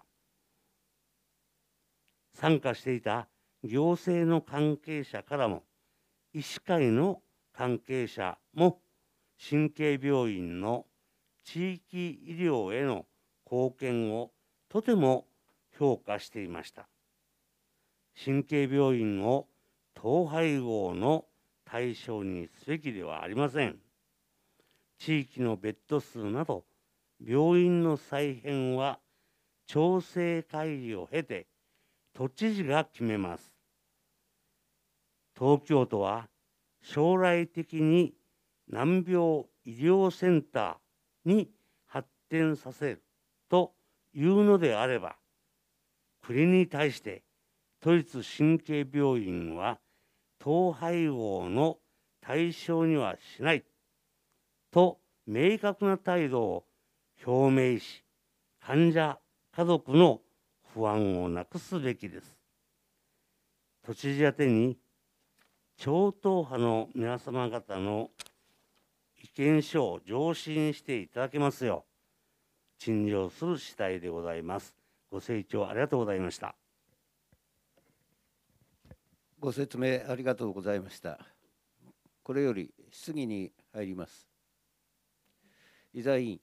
参加していた行政の関係者からも、医師会の関係者も神経病院の地域医療への貢献をとても評価していました。神経病院を統廃合の対象にすべきではありません。地域のベッド数など病院の再編は調整会議を経て都知事が決めます。東京都は将来的に難病医療センターに発展させるというのであれば、国に対して都立神経病院は統廃合の対象にはしないと明確な態度を表明し、患者家族の不安をなくすべきです。都知事宛てに超党派の皆様方の意見書を上申していただけますよう陳情する次第でございます。ご清聴ありがとうございました。 ご説明ありがとうございました。これより質疑に入ります。伊沢委員。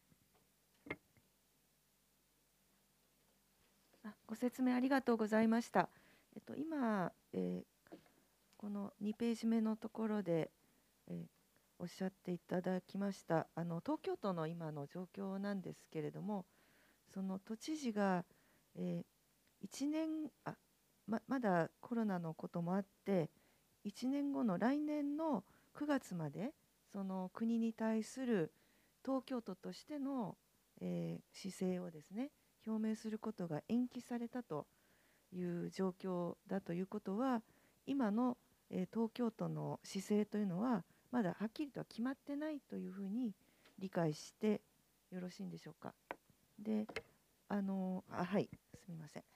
あご説明ありがとうございました。えっと、今、えー、このにページ目のところで、えー、おっしゃっていただきましたあの東京都の今の状況なんですけれども、その都知事が、えー、いちねんあ ま, まだコロナのこともあっていちねんごの来年のくがつまでその国に対する東京都としての、えー、姿勢をですね表明することが延期されたという状況だということは、今の、えー、東京都の姿勢というのはまだはっきりとは決まってないというふうに理解してよろしいんでしょうか。で、あのあはいすみません。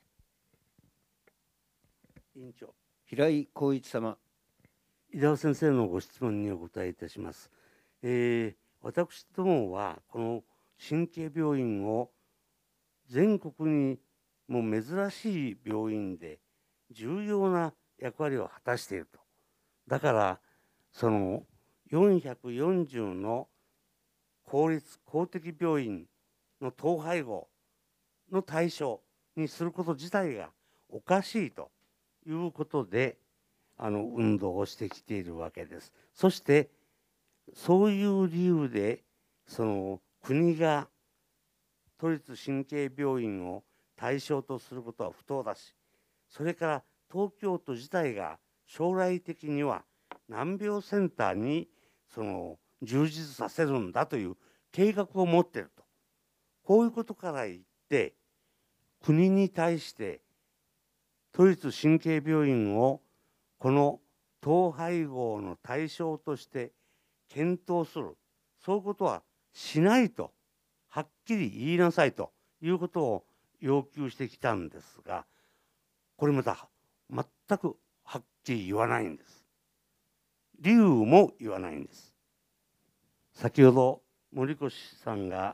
委員長。 平井浩一様。 伊沢先生のご質問にお答えいたします。えー、私どもはこの神経病院を全国にもう珍しい病院で重要な役割を果たしていると。だからそのよんひゃくよんじゅうの公立公的病院の統廃合の対象にすること自体がおかしいということであの運動をしてきているわけです。そしてそういう理由でその国が都立神経病院を対象とすることは不当だし、それから東京都自体が将来的には難病センターにその充実させるんだという計画を持っていると、こういうことから言って国に対して都立神経病院をこの統廃合の対象として検討する、そういうことはしないとはっきり言いなさいということを要求してきたんですが、これまた全くはっきり言わないんです。理由も言わないんです。先ほど森越さんが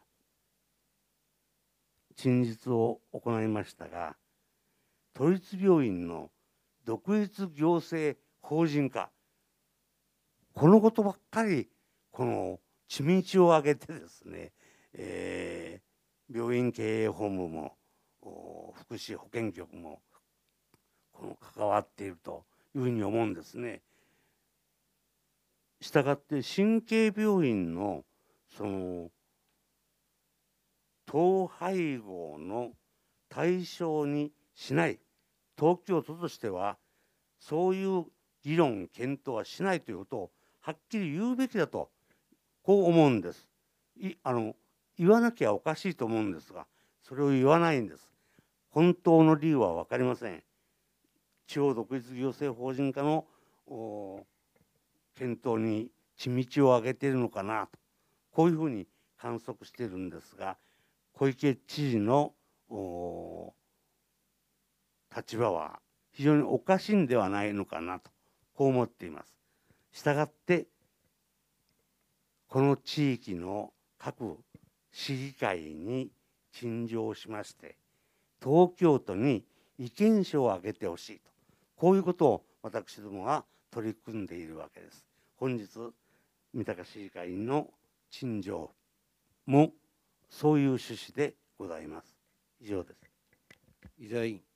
陳述を行いましたが、都立病院の独立行政法人化、このことばっかりこの血道を挙げてですね、えー、病院経営本部も福祉保健局もこの関わっているというふうに思うんですね。したがって神経病院のその統廃合の対象にしない、東京都としてはそういう議論検討はしないということをはっきり言うべきだと、こう思うんです。いあの言わなきゃおかしいと思うんですが、それを言わないんです。本当の理由は分かりません。地方独立行政法人化の検討に血道を挙げているのかなと、こういうふうに観測しているんですが、小池知事の立場は非常におかしいんではないのかなと、こう思っています。したがってこの地域の各市議会に陳情しまして、東京都に意見書を挙げてほしいと、こういうことを私どもが取り組んでいるわけです。本日三鷹市議会の陳情もそういう趣旨でございます。以上です。 伊沢委員。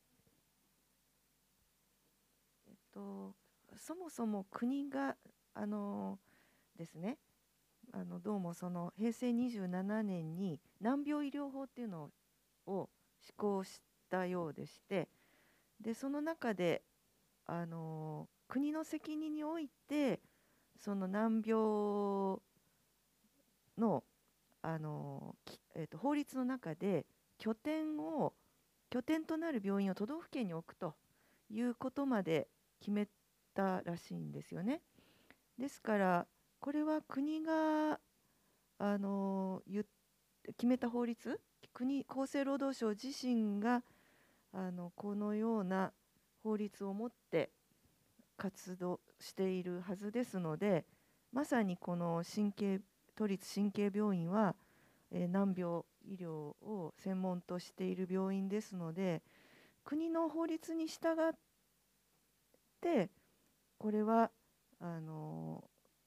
えっとそもそも国があのですね、あのどうもその平成にじゅうななねんに難病医療法っていうのを施行したようでして、でその中であの国の責任においてその難病のあの、えーと、法律の中で拠点を拠点となる病院を都道府県に置くということまで決めたらしいんですよね。ですからこれは国があの言決めた法律、国厚生労働省自身があのこのような法律を持って活動しているはずですので、まさにこの神経都立神経病院は、えー、難病医療を専門としている病院ですので、国の法律に従ってこれはあの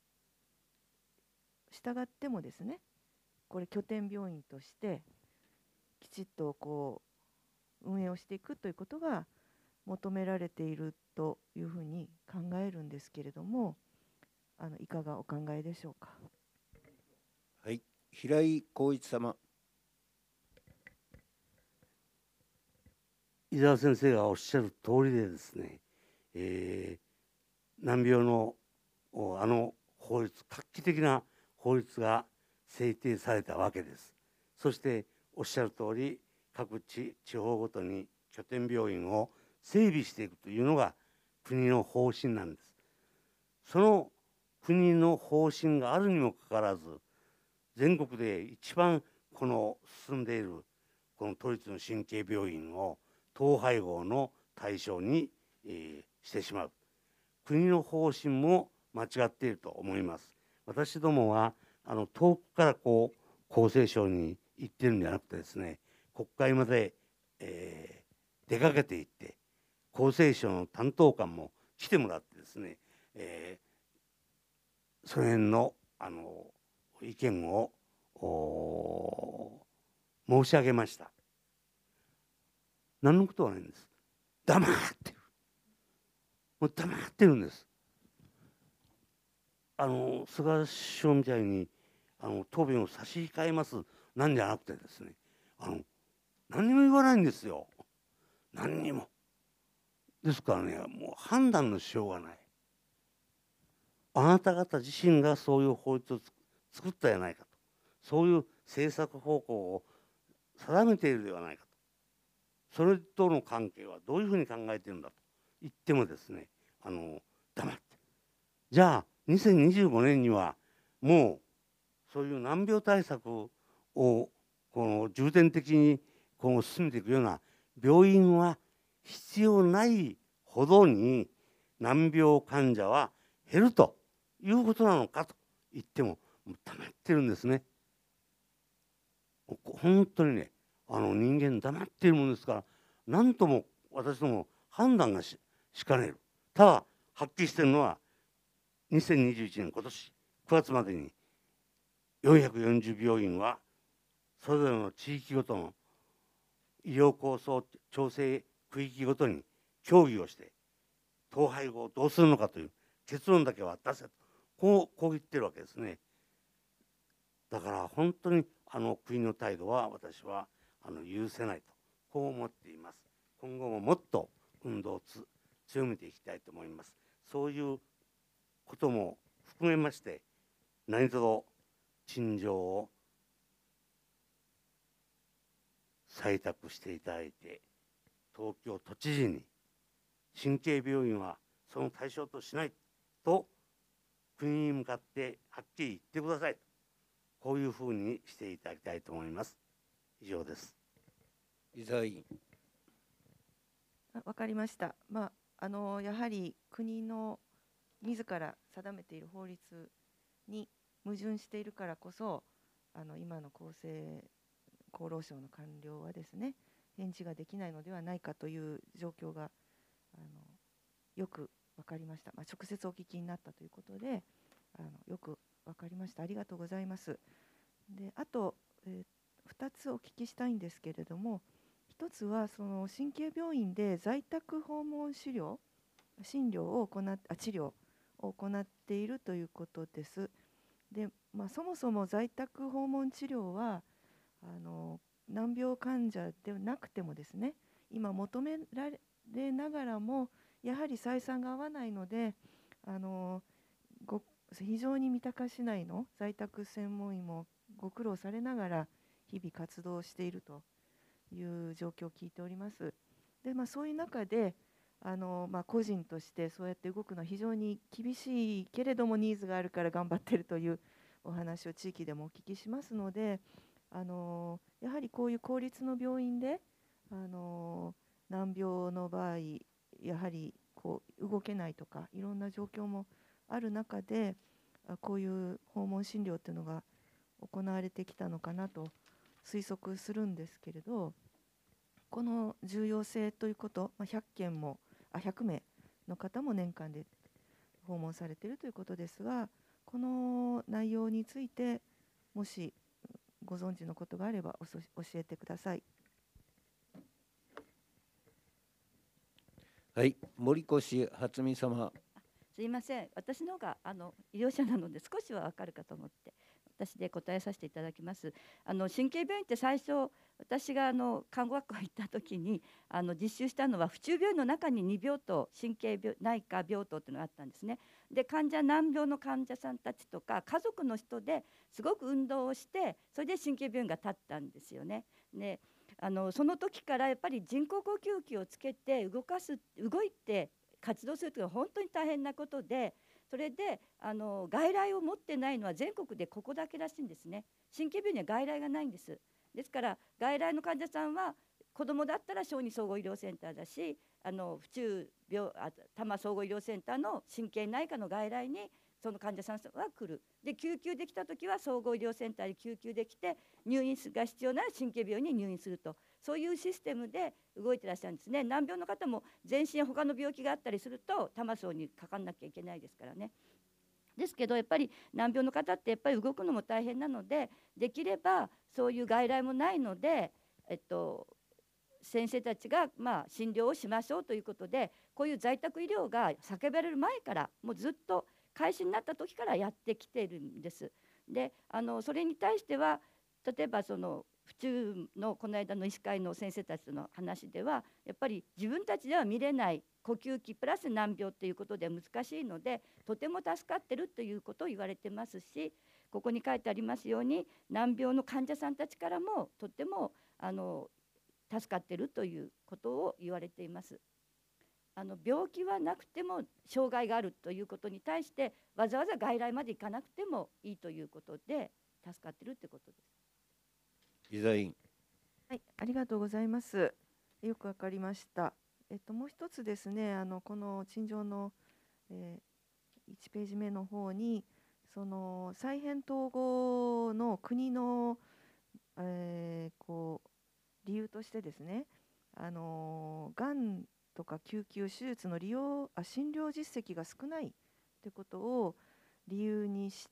従ってもですね、これ拠点病院としてきちっとこう運営をしていくということが求められているというふうに考えるんですけれども、あのいかがお考えでしょうか。 はい、平井浩一様。 伊沢先生がおっしゃる通りでですね、えー、難病のあの法律、画期的な法律が制定されたわけです。そしておっしゃる通り、各地地方ごとに拠点病院を整備していくというのが国の方針なんです。その国の方針があるにもかかわらず、全国で一番この進んでいるこの都立の神経病院を統廃合の対象に、えー、してしまう。国の方針も間違っていると思います。私どもはあの遠くからこう厚生省に行ってるんじゃなくてですね、国会まで、えー、出かけていって厚生省の担当官も来てもらってですね、えー、その辺のあの意見を申し上げました。何のことはないんです。黙ってる。もう黙ってるんです。あの菅首相みたいにあの答弁を差し控えますなんじゃなくてですね、あの何にも言わないんですよ。何にも。ですからね、もう判断のしようがない。あなた方自身がそういう法律を作ったじゃないかと、そういう政策方向を定めているではないかと、それとの関係はどういうふうに考えているんだと言ってもですね、あの黙って、じゃあにせんにじゅうごねんにはもうそういう難病対策をこの重点的にこう進めていくような病院は必要ないほどに難病患者は減るということなのかと言ってももう黙ってるんですね。本当にね、あの人間黙っているものですから、何とも私ども判断が し, しかねる。ただはっきりしているのはにせんにじゅういちねん今年くがつまでによんひゃくよんじゅう病院はそれぞれの地域ごとの医療構想調整区域ごとに協議をして統廃合をどうするのかという結論だけは出せと、こうこう言ってるわけですね。だから本当にあの国の態度は私はあの許せないとこう思っています。今後ももっと運動をつ強めていきたいと思います。そういうことも含めまして何とぞ陳情を採択していただいて、東京都知事に神経病院はその対象としないと国に向かってはっきり言ってくださいと、こういうふうにしていただきたいと思います。以上です。 伊沢委員。 わかりました。まああのやはり国の自ら定めている法律に矛盾しているからこそ、あの今の厚生厚労省の官僚はですね、返事ができないのではないかという状況があのよく分かりました。まあ、直接お聞きになったということであのよく分かりました。ありがとうございます。であと、えー、ふたつお聞きしたいんですけれども、ひとつはその神経病院で在宅訪問治療診療を行っあ治療を行っているということです。で、まあ、そもそも在宅訪問治療はあの難病患者でなくてもですね、今求められながらもやはり採算が合わないので、あのご非常に三鷹市内の在宅専門医もご苦労されながら日々活動しているという状況を聞いております。で、まあ、そういう中であの、まあ、個人としてそうやって動くのは非常に厳しいけれどもニーズがあるから頑張っているというお話を地域でもお聞きしますので、あのやはりこういう公立の病院であの難病の場合やはりこう動けないとかいろんな状況もある中でこういう訪問診療というのが行われてきたのかなと推測するんですけれど、この重要性ということ、まあ、ひゃっけんもあひゃくめいの方も年間で訪問されているということですが、この内容についてもしご存知のことがあればおそ教えてください。 はい、森越初美様。 すいません、私の方があの医療者なので少しは分かるかと思って私で答えさせていただきます。あの神経病院って最初私があの看護学校に行った時にあの実習したのは府中病院の中にに病棟神経病内科病棟っていうのがあったんですね。で患者難病の患者さんたちとか家族の人ですごく運動をしてそれで神経病院が立ったんですよね。であのその時からやっぱり人工呼吸器をつけて動かす動いて活動するというのは本当に大変なことで、それであの外来を持ってないのは全国でここだけらしいんですね。神経病院には外来がないんです。ですから外来の患者さんは子どもだったら小児総合医療センターだし、あの府中病あ多摩総合医療センターの神経内科の外来にその患者さんは来る。で救急できた時は総合医療センターに救急できて入院が必要なら神経病院に入院すると、そういうシステムで動いてらっしゃるんですね。難病の方も全身他の病気があったりすると多摩総にかかんなきゃいけないですからね。ですけどやっぱり難病の方ってやっぱり動くのも大変なので、できればそういう外来もないので、えっと、先生たちがまあ診療をしましょうということで、こういう在宅医療が叫ばれる前からもうずっと開始になった時からやってきているんです。であのそれに対しては例えばその府中のこの間の医師会の先生たちとの話ではやっぱり自分たちでは見れない呼吸器プラス難病ということで難しいのでとても助かってるということを言われてますし、ここに書いてありますように難病の患者さんたちからもとてもあの助かってるということを言われています。あの病気はなくても障害があるということに対してわざわざ外来まで行かなくてもいいということで助かってるということです。 伊沢委員。 はい、ありがとうございます。よくわかりました。えっともう一つですね、あのこの陳情の、えー、いちページ目の方にその再編統合の国の、えー、こう理由としてですね、あのがんとか救急手術の利用あ診療実績が少ないということを理由にして、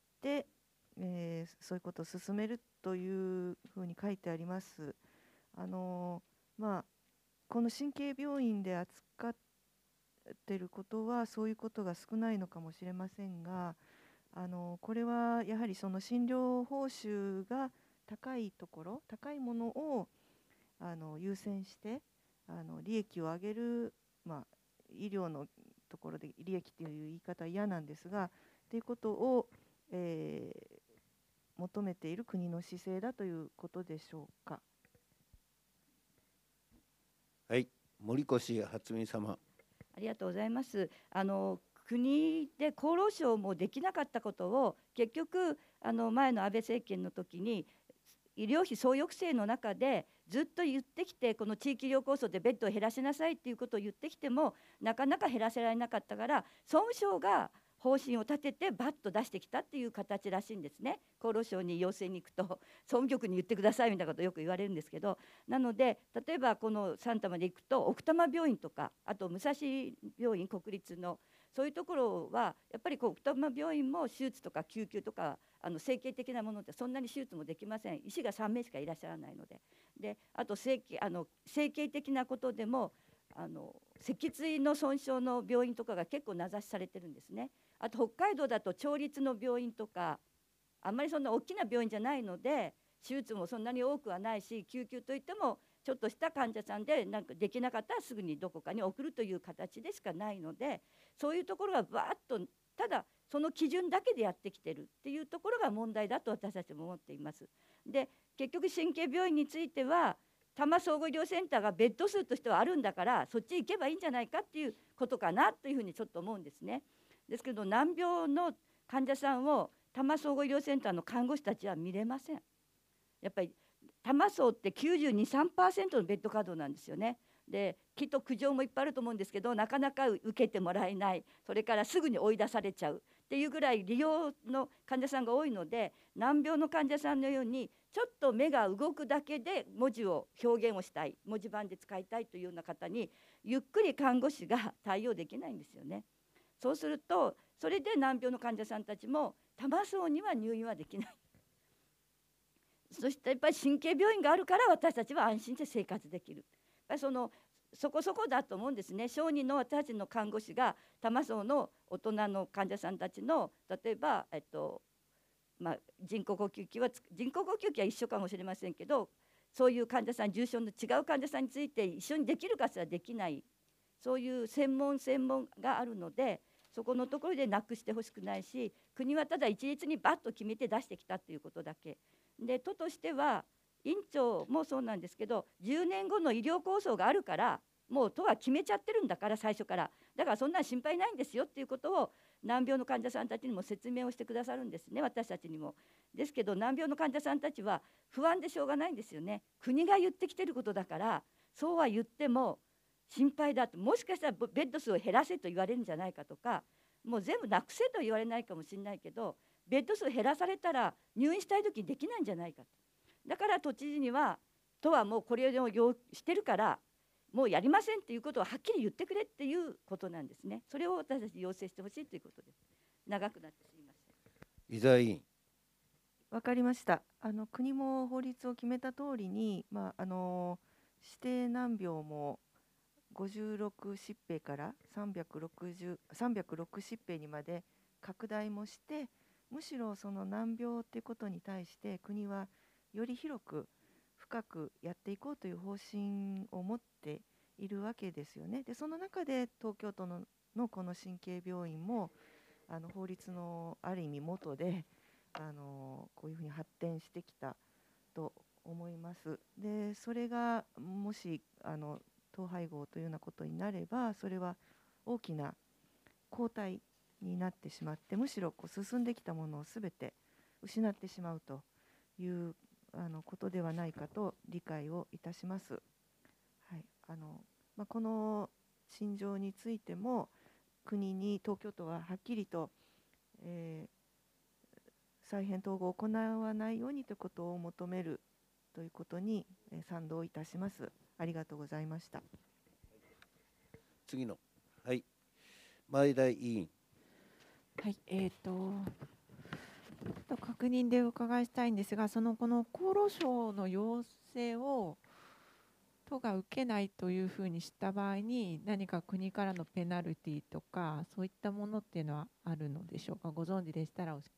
えー、そういうことを進めるというふうに書いてあります。あのまあ、この神経病院で扱っていることはそういうことが少ないのかもしれませんが、あのこれはやはりその診療報酬が高いところ高いものをあの優先してあの利益を上げる、まあ、医療のところで利益という言い方は嫌なんですがということを、えー、求めている国の姿勢だということでしょうか。 はい、森越初美様。 ありがとうございます。あの国で厚労省もできなかったことを結局あの前の安倍政権の時に医療費総抑制の中でずっと言ってきてこの地域医療構想でベッドを減らしなさいっていうことを言ってきてもなかなか減らせられなかったから総務省が方針を立ててバッと出してきたっていう形らしいんですね。厚労省に要請に行くと総務局に言ってくださいみたいなことをよく言われるんですけど、なので例えばこのサンタまで行くと奥多摩病院とかあと武蔵病院国立のそういうところはやっぱりこう奥多摩病院も手術とか救急とかあの整形的なものってそんなに手術もできません。医師がさん名しかいらっしゃらないので、であと整形あの整形的なことでもあの脊椎の損傷の病院とかが結構名指しされてるんですね。あと北海道だと町立の病院とかあんまりそんな大きな病院じゃないので手術もそんなに多くはないし救急といってもちょっとした患者さんでなんかできなかったらすぐにどこかに送るという形でしかないので、そういうところがバーッとただその基準だけでやってきてるっていうところが問題だと私たちも思っています。で結局神経病院については多摩総合医療センターがベッド数としてはあるんだからそっち行けばいいんじゃないかっていうことかなというふうにちょっと思うんですね。ですけど難病の患者さんを多摩総合医療センターの看護師たちは見れません。やっぱり多摩総ってきゅうじゅうに、さんパーセント のベッド稼働なんですよね。できっと苦情もいっぱいあると思うんですけどなかなか受けてもらえない、それからすぐに追い出されちゃうっていうぐらい利用の患者さんが多いので、難病の患者さんのようにちょっと目が動くだけで文字を表現をしたい、文字盤で使いたいというような方にゆっくり看護師が対応できないんですよね。そうするとそれで難病の患者さんたちも多摩総には入院はできない。そしてやっぱり神経病院があるから私たちは安心して生活できる。やっぱりそのそこそこだと思うんですね。小児の私たちの看護師が多摩総の大人の患者さんたちの例えば、えっとまあ、人工呼吸器は人工呼吸器は一緒かもしれませんけど、そういう患者さん重症の違う患者さんについて一緒にできるかつはできない、そういう専門専門があるので、そこのところでなくしてほしくないし、国はただ一律にバッと決めて出してきたということだけで、都としては院長もそうなんですけど、じゅうねんごの医療構想があるからもう都は決めちゃってるんだから、最初からだからそんな心配ないんですよっていうことを難病の患者さんたちにも説明をしてくださるんですね、私たちにも。ですけど難病の患者さんたちは不安でしょうがないんですよね。国が言ってきてることだから、そうは言っても心配だと、もしかしたらベッド数を減らせと言われるんじゃないかとか、もう全部なくせと言われないかもしれないけど、ベッド数減らされたら入院したい時にできないんじゃないかと。だから都知事には都はもうこれを要してるからもうやりませんっていうことをはっきり言ってくれっていうことなんですね。それを私たち要請してほしいということです。長くなってすみません。 伊沢委員。 わかりました。あの国も法律を決めた通りに、まあ、あの指定難病もごじゅうろく疾病からさんびゃくろくじゅう、さんびゃくろく疾病にまで拡大もして、むしろその難病ということに対して国はより広く深くやっていこうという方針を持っているわけですよね。でその中で東京都 の, のこの神経病院もあの法律のある意味元であのこういうふうに発展してきたと思います。でそれがもしあの統廃合というようなことになれば、それは大きな後退になってしまって、むしろこう進んできたものをすべて失ってしまうというあのことではないかと理解をいたします。はいあのまあ、この陳情についても国に東京都ははっきりと、えー、再編統合を行わないようにということを求めるということに賛同いたします。ありがとうございました。 次の、はい、前田委員。 はい、えーと、と確認でお伺いしたいんですが、そのこの厚労省の要請を都が受けないというふうにした場合に、何か国からのペナルティとかそういったものっていうのはあるのでしょうか。ご存知でしたらお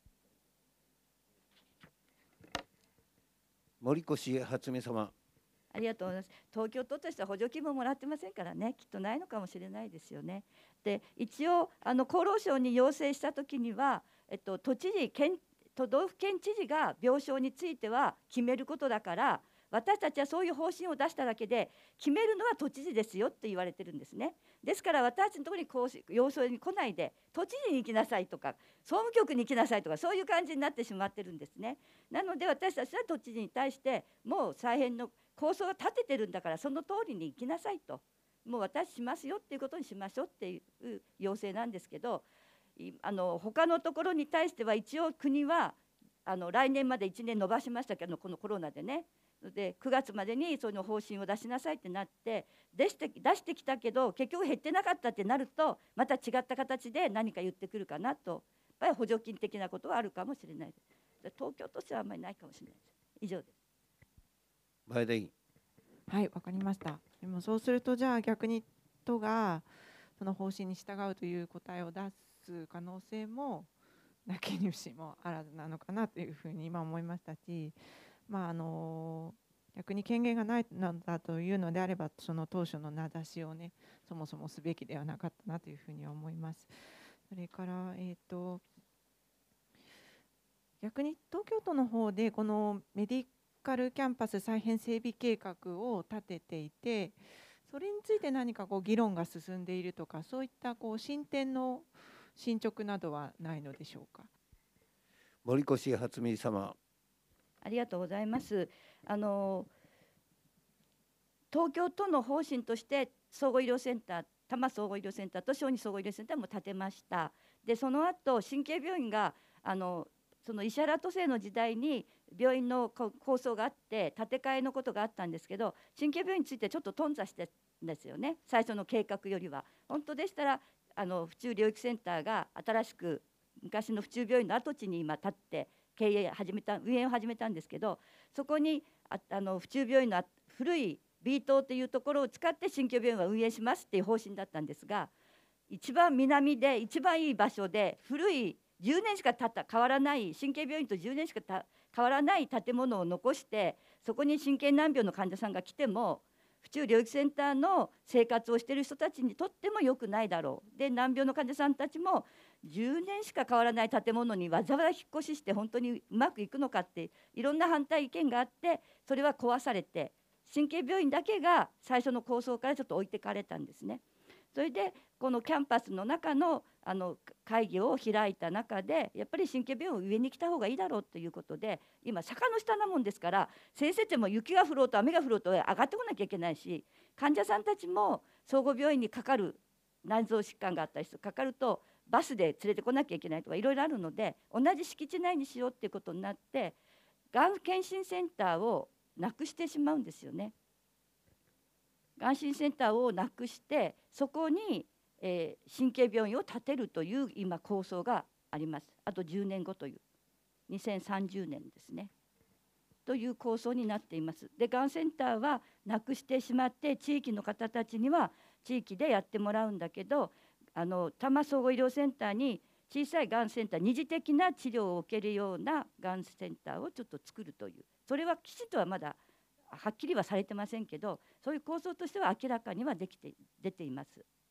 森越初美様。 ありがとうございます。東京都としては補助金ももらってませんからね、きっとないのかもしれないですよね。で一応あの厚労省に要請したときには、えっと、都知事県都道府県知事が病床については決めることだから、私たちはそういう方針を出しただけで決めるのは都知事ですよって言われてるんですね。ですから私たちのところにこう要請に来ないで都知事に行きなさいとか総務局に行きなさいとか、そういう感じになってしまってるんですね。なので私たちは都知事に対してもう再編の構想を立ててるんだから、その通りに行きなさいと、もう私しますよっていうことにしましょうっていう要請なんですけど、あの他のところに対しては一応国はあの来年までいちねん延ばしましたけど、このコロナでね、でくがつまでにその方針を出しなさいってなって出して出してきたけど結局減ってなかったってなると、また違った形で何か言ってくるかなと、やっぱり補助金的なことはあるかもしれないです。東京としてはあんまりないかもしれないです。以上です。 前田委員。 はい、わかりました。でもそうするとじゃあ逆に都がその方針に従うという答えを出す可能性もなきにしもあらずなのかなというふうに今思いましたし、まあ、あの逆に権限がないのだというのであれば、その当初の名指しをねそもそもすべきではなかったなというふうには思います。それから、えーと、逆に東京都の方でこのメディカルキャンパス再編整備計画を立てていて、それについて何かこう議論が進んでいるとか、そういったこう進展の進捗などはないのでしょうか。 森越初美様。 ありがとうございます。あの東京都の方針として総合医療センター、多摩総合医療センターと小児総合医療センターも建てました。でその後神経病院があのその石原都政の時代に病院の構想があって建て替えのことがあったんですけど、神経病院についてちょっと頓挫してんですよね、最初の計画よりは。本当でしたらあの府中療育センターが新しく昔の府中病院の跡地に今建って経営始めた運営を始めたんですけど、そこにああの府中病院の古い B 棟というところを使って神経病院は運営しますっていう方針だったんですが、一番南で一番いい場所で古いじゅうねんしか経った変わらない神経病院とじゅうねんしかた変わらない建物を残して、そこに神経難病の患者さんが来ても府中療育センターの生活をしている人たちにとっても良くないだろう。で難病の患者さんたちもじゅうねんしか変わらない建物にわざわざ引っ越しして本当にうまくいくのかっていろんな反対意見があって、それは壊されて神経病院だけが最初の構想からちょっと置いてかれたんですね。それでこのキャンパスの中のあの会議を開いた中で、やっぱり神経病院を上に来た方がいいだろうということで、今坂の下なもんですから、先生たちも雪が降ろうと雨が降ろうと上がってこなきゃいけないし、患者さんたちも総合病院にかかる内臓疾患があったりかかるとバスで連れてこなきゃいけないとかいろいろあるので、同じ敷地内にしようっていうことになって、がん検診センターをなくしてしまうんですよね。がん診センターをなくしてそこに、えー、神経病院を建てるという今構想があります。あとじゅうねんごというにせんさんじゅうねんですねという構想になっています。でがんセンターはなくしてしまって地域の方たちには地域でやってもらうんだけど、あの多摩総合医療センターに小さいがんセンター、二次的な治療を受けるようながんセンターをちょっと作るという、それはきちんとはまだはっきりはされてませんけど、そういう構想としては明らかにはできて出ています。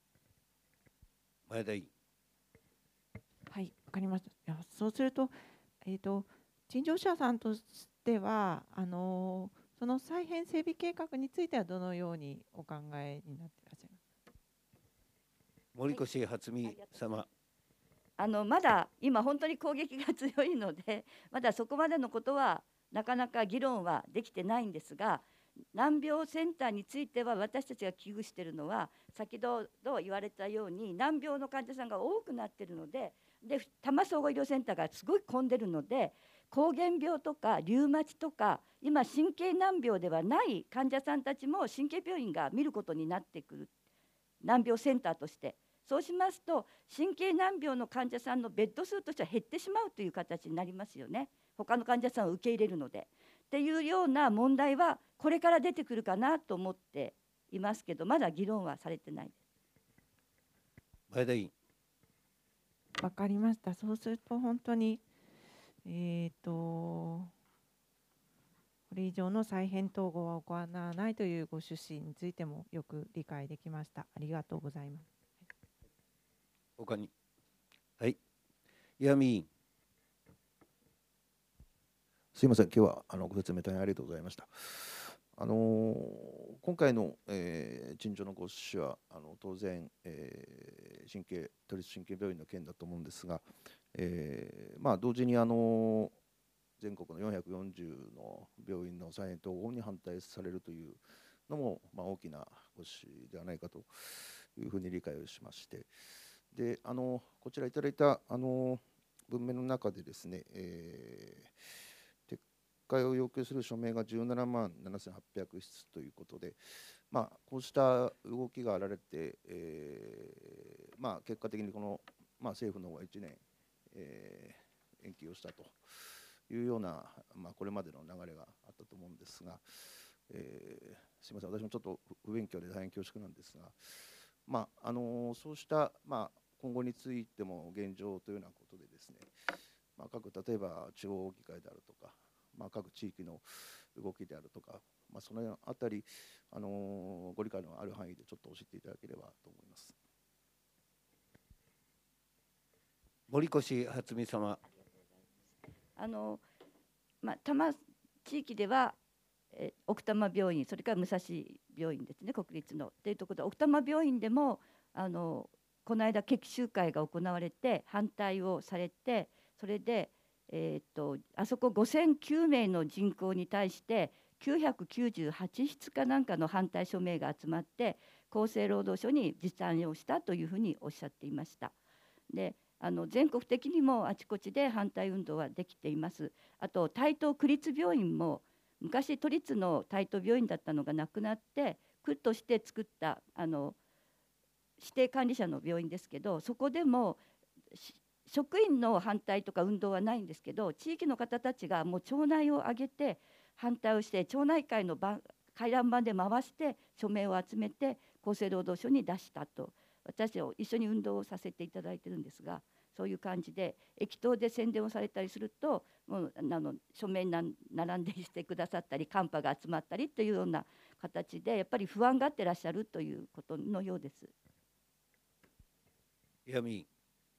前田委員。 はい、わかりました。いやそうすると、えーと、陳情者さんとしてはあのー、その再編整備計画についてはどのようにお考えになっていらっしゃいますか。 森越初美様。はい、 あのまだ今本当に攻撃が強いので、まだそこまでのことはなかなか議論はできてないんですが、難病センターについては私たちが危惧しているのは、先ほど言われたように難病の患者さんが多くなっているので、で多摩総合医療センターがすごい混んでるので、膠原病とかリウマチとか今神経難病ではない患者さんたちも神経病院が見ることになってくる、難病センターとして。そうしますと神経難病の患者さんのベッド数としては減ってしまうという形になりますよね。他の患者さんを受け入れるのでっていうような問題はこれから出てくるかなと思っていますけど、まだ議論はされてないです。 前田委員。 わかりました。そうすると本当にえっ、ー、とこれ以上の再編統合は行わないというご趣旨についてもよく理解できました。ありがとうございます。 他に。はい。岩見委員。 すいません、今日はあのご説明大変ありがとうございました。あのー、今回の、えー、陳情のご趣旨はあの当然、えー、神経都立神経病院の件だと思うんですが、えーまあ、同時にあの全国のよんひゃくよんじゅうの病院の再編統合に反対されるというのも、まあ、大きなご趣旨ではないかというふうに理解をしまして、であのこちらいただいたあの文面の中でですね、えー、撤回を要求する署名がじゅうななまんななせんはっぴゃくひつということで、まあ、こうした動きがあられて、えーまあ、結果的にこの、まあ、政府の方がいちねん、えー、延期をしたというような、まあ、これまでの流れがあったと思うんですが、えー、すみません、私もちょっと不勉強で大変恐縮なんですが、まああのそうした、まあ、今後についても現状というようなことでですね、まあ、各例えば地方議会であるとか、まあ、各地域の動きであるとか、まあ、そのあたり、あのご理解のある範囲でちょっと教えていただければと思います。 森越初美様。 あの、まあ、多摩地域ではえー奥多摩病院、それから武蔵病院ですね、国立の。というところで、奥多摩病院でもあのこの間決起集会が行われて反対をされて、それで、えー、とあそこごせんきゅうめいの人口に対してきゅうひゃくきゅうじゅうはちひつかなんかの反対署名が集まって厚生労働省に実案をしたというふうにおっしゃっていました。であの全国的にもあちこちで反対運動はできています。あと台東区立病院も昔都立の台東病院だったのがなくなって区として作ったあの指定管理者の病院ですけど、そこでも職員の反対とか運動はないんですけど、地域の方たちがもう町内を挙げて反対をして、町内会の回覧板で回して署名を集めて厚生労働省に出したと、私は一緒に運動をさせていただいてるんですが、そういう感じで駅頭で宣伝をされたりすると、もうあの署名に並んでしてくださったり、カンパが集まったりというような形で、やっぱり不安がってらっしゃるということのようです。 岩見委員。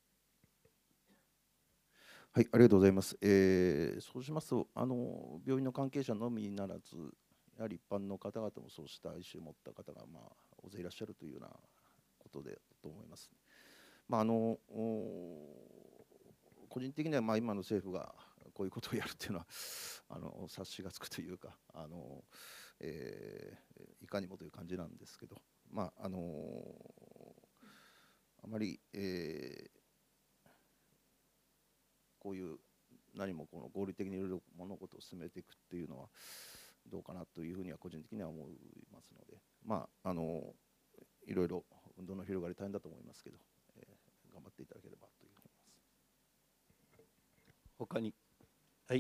はい、ありがとうございます。えー、そうしますと、あの病院の関係者のみならず、やはり一般の方々もそうした意思を持った方が、まあ、大勢いらっしゃるというようなことでと思います。まあ、あの個人的には、まあ、今の政府がこういうことをやるっていうのはあの察しがつくというか、あの、えー、いかにもという感じなんですけど、まああのあまり、えー、こういう何もこの合理的にいろいろ物事を進めていくっていうのはどうかなというふうには個人的には思いますので、まああのいろいろ運動の広がり大変だと思いますけど、えー、頑張っていただければというふうに思います。 他に、はい、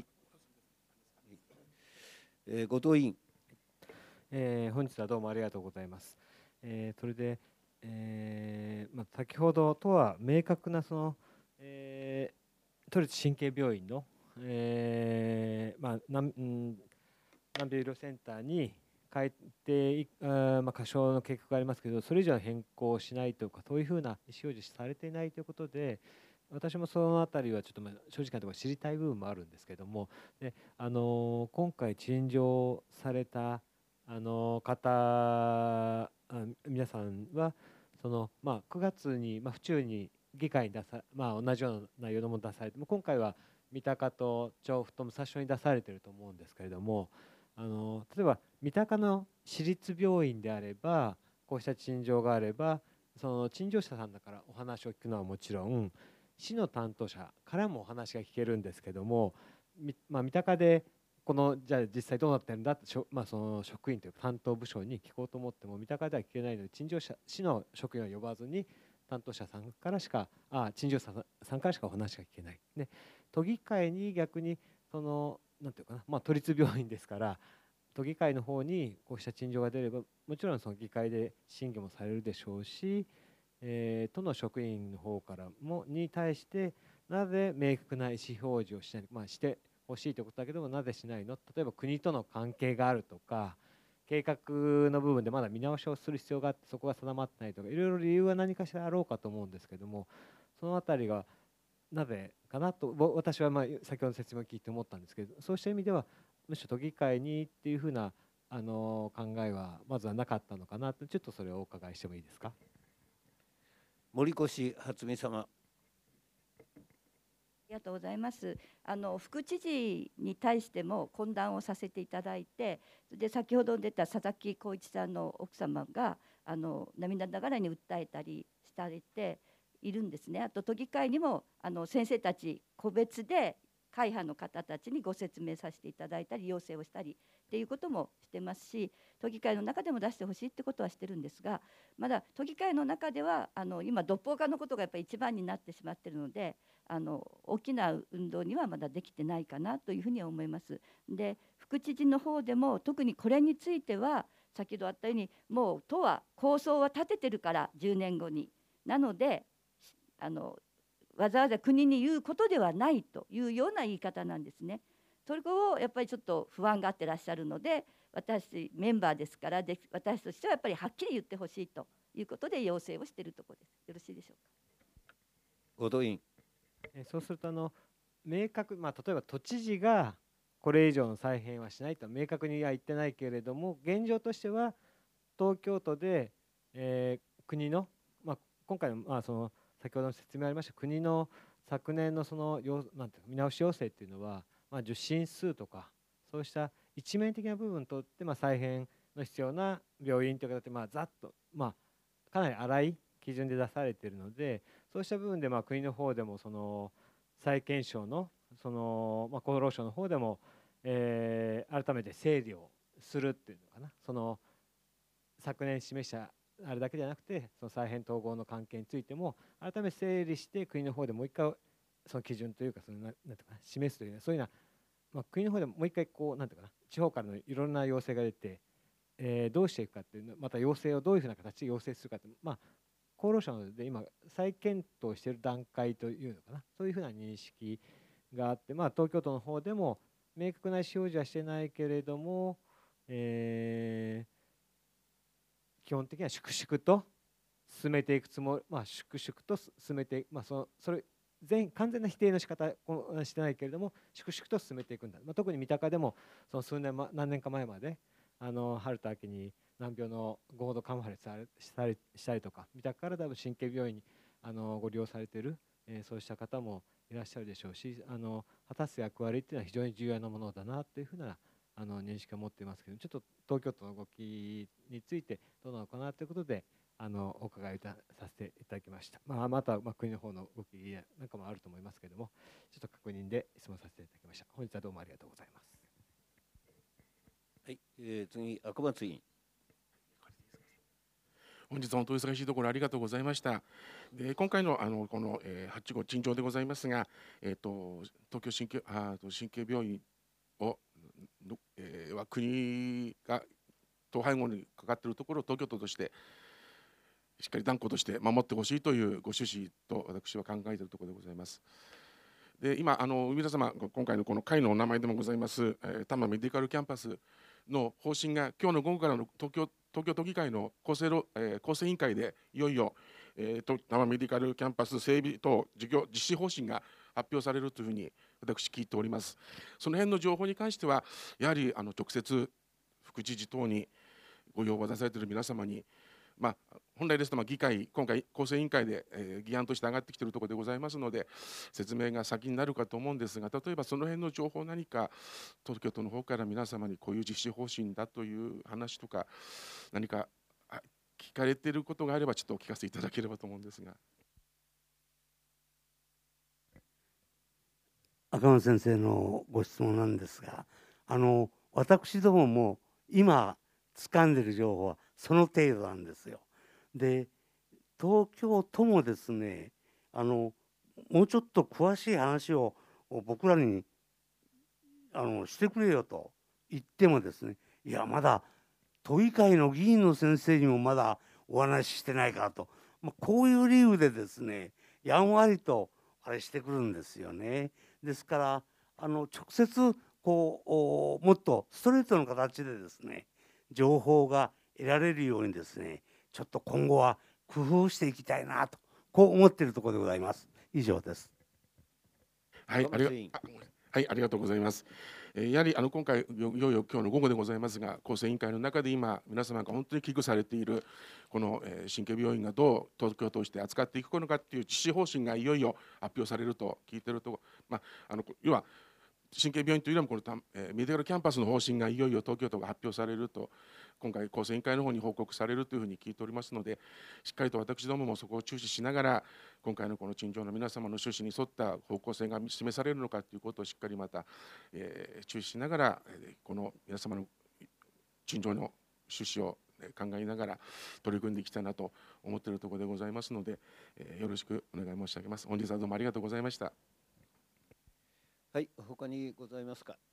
えー、後藤委員。 えー、本日はどうもありがとうございます。えー、それで、えーまあ、先ほどとは明確なその、えー、都立神経病院の、えーまあ難うん難病医療センターに変えて、あまあ、過少の計画がありますけど、それ以上の変更をしないとか、そういうふうな意思表示されていないということで、私もそのあたりはちょっとまあ正直なところ知りたい部分もあるんですけれども、であの今回陳情されたあの方あ皆さんはその、まあ、くがつに、まあ、府中に議会に出さ、まあ、同じような内容のものを出されて、今回は三鷹と調布と武蔵野に出されていると思うんですけれども、あの例えば三鷹の私立病院であればこうした陳情があれば、その陳情者さんだからお話を聞くのはもちろん市の担当者からもお話が聞けるんですけども、まあ、三鷹でこのじゃあ実際どうなってるんだって、まあ、その職員というか担当部署に聞こうと思っても三鷹では聞けないので、陳情者市の職員を呼ばずに担当者さんからしかあ陳情者さんからしかお話が聞けない。で都議会に逆にそのなんていうかな、まあ、都立病院ですから都議会の方にこうした陳情が出ればもちろんその議会で審議もされるでしょうし、えー、都の職員の方からもに対してなぜ明確な意思表示をしない、まあ、してほしいということだけどもなぜしないの、例えば国との関係があるとか計画の部分でまだ見直しをする必要があってそこが定まってないとかいろいろ理由は何かしらあろうかと思うんですけども、そのあたりがなぜかなと私はまあ先ほどの説明を聞いて思ったんですけど、そうした意味ではむしろ都議会にっていうふうなあの考えはまずはなかったのかなと、ちょっとそれをお伺いしてもいいですか。 森越初美様。 ありがとうございます。あの副知事に対しても懇談をさせていただいて、で先ほど出た佐々木浩一さんの奥様があの涙ながらに訴えたりされているんですね。あと都議会にもあの先生たち個別で会派の方たちにご説明させていただいたり要請をしたりっていうこともしてますし、都議会の中でも出してほしいってことはしてるんですが、まだ都議会の中ではあの今独法化のことがやっぱり一番になってしまっているので、あの大きな運動にはまだできてないかなというふうには思います。で副知事の方でも特にこれについては先ほどあったようにもう都は構想は立ててるからじゅうねんごになのであのわざわざ国に言うことではないというような言い方なんですね。それをやっぱりちょっと不安がってらっしゃるので、私メンバーですからで私としてはやっぱりはっきり言ってほしいということで要請をしているところです。よろしいでしょうか。 後藤委員。 そうするとあの明確、まあ、例えば都知事がこれ以上の再編はしないと明確には言ってないけれども、現状としては東京都で、えー、国の、まあ、今回の、まあ、その先ほどの説明ありました国の昨年のそのなんていうか見直し要請っていうのは、まあ、受診数とかそうした一面的な部分にとって、まあ、再編の必要な病院という形で、まあ、ざっと、まあ、かなり粗い基準で出されているので、そうした部分で、まあ、国の方でもその再検証のその、まあ、厚労省の方でも、えー、改めて整理をするっていうのかな、その昨年示したあれだけじゃなくて、その再編統合の関係についても改めて整理して国の方でもう一回その基準というかそのなんていうかな示すという、そういうような、まあ、国の方でもう一回こうなんていうかな地方からのいろんな要請が出て、えー、どうしていくかっていうの、また要請をどういうふうな形で要請するかって、まあ、厚労省で今再検討している段階というのかな、そういうふうな認識があって、まあ、東京都の方でも明確な意思表示はしてないけれども、えー基本的には粛々と進めていくつもり、まあ、粛々と進めて、まあ、そのそれ全完全な否定の仕方はしてないけれども粛々と進めていくんだ、まあ、特に三鷹でもその数年、ま、何年か前まであの春と秋に難病の合同カンファレンスしたりしたりとか、三鷹からだいぶ神経病院にあのご利用されている、えー、そうした方もいらっしゃるでしょうし、あの果たす役割っていうのは非常に重要なものだなというふうなあの認識を持っていますけど、ちょっと東京都の動きについてどうなのかなということであのお伺いさせていただきました。まあ、また、まあ、国の方の動きなんかもあると思いますけれども、ちょっと確認で質問させていただきました。本日はどうもありがとうございます。 はい、えー、次赤松委員。 本日本当お忙しいところありがとうございました。で今回のあのこの、えー、はち号陳情でございますが、えー、と東京神経あ神経病院をえー、は国が統廃合にかかっているところを東京都としてしっかり断固として守ってほしいというご趣旨と私は考えているところでございます。で今あの皆様今回のこの会のお名前でもございます、えー、多摩メディカルキャンパスの方針が今日の午後からの東京東京都議会の厚生労、えー、厚生委員会でいよいよ、えー、多摩メディカルキャンパス整備等事業実施方針が発表されるというふうに私聞いております。その辺の情報に関してはやはりあの直接副知事等にご要望を出されている皆様に、まあ、本来ですとまあ議会今回厚生委員会で、えー、議案として上がってきているところでございますので説明が先になるかと思うんですが、例えばその辺の情報何か東京都の方から皆様にこういう実施方針だという話とか何か聞かれていることがあればちょっとお聞かせいただければと思うんですが。 赤松先生のご質問なんですが、あの私どもも今掴んでいる情報はその程度なんですよ。で東京都もですね、あのもうちょっと詳しい話を僕らにあのしてくれよと言ってもですね、いやまだ都議会の議員の先生にもまだお話ししてないからと、まあ、こういう理由でですねやんわりとあれしてくるんですよね。ですからあの直接こうもっとストレートの形でですね情報が得られるようにですねちょっと今後は工夫していきたいなとこう思っているところでございます。以上です。 はい、ありがはい、ありがとうございます。えー、やはりあの今回いよいよ今日の午後でございますが、厚生委員会の中で今皆様が本当に危惧されているこの、えー、神経病院がどう東京として扱っていくのかっていう実施方針がいよいよ発表されると聞いていると、まあ、あの要は神経病院というよりもこの、えー、メディカルキャンパスの方針がいよいよ東京都が発表されると今回厚生委員会の方に報告されるというふうに聞いておりますので、しっかりと私どももそこを注視しながら今回のこの陳情の皆様の趣旨に沿った方向性が示されるのかということをしっかりまた、えー、注視しながらこの皆様の陳情の趣旨を考えながら取り組んでいきたいなと思っているところでございますので、えー、よろしくお願い申し上げます。本日はどうもありがとうございました。 はい、他にございますか。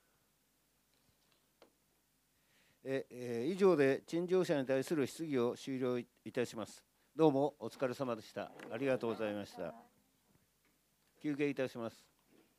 ええー、以上で陳情者に対する質疑を終了いたします。どうもお疲れ様でした。ありがとうございました。休憩いたします。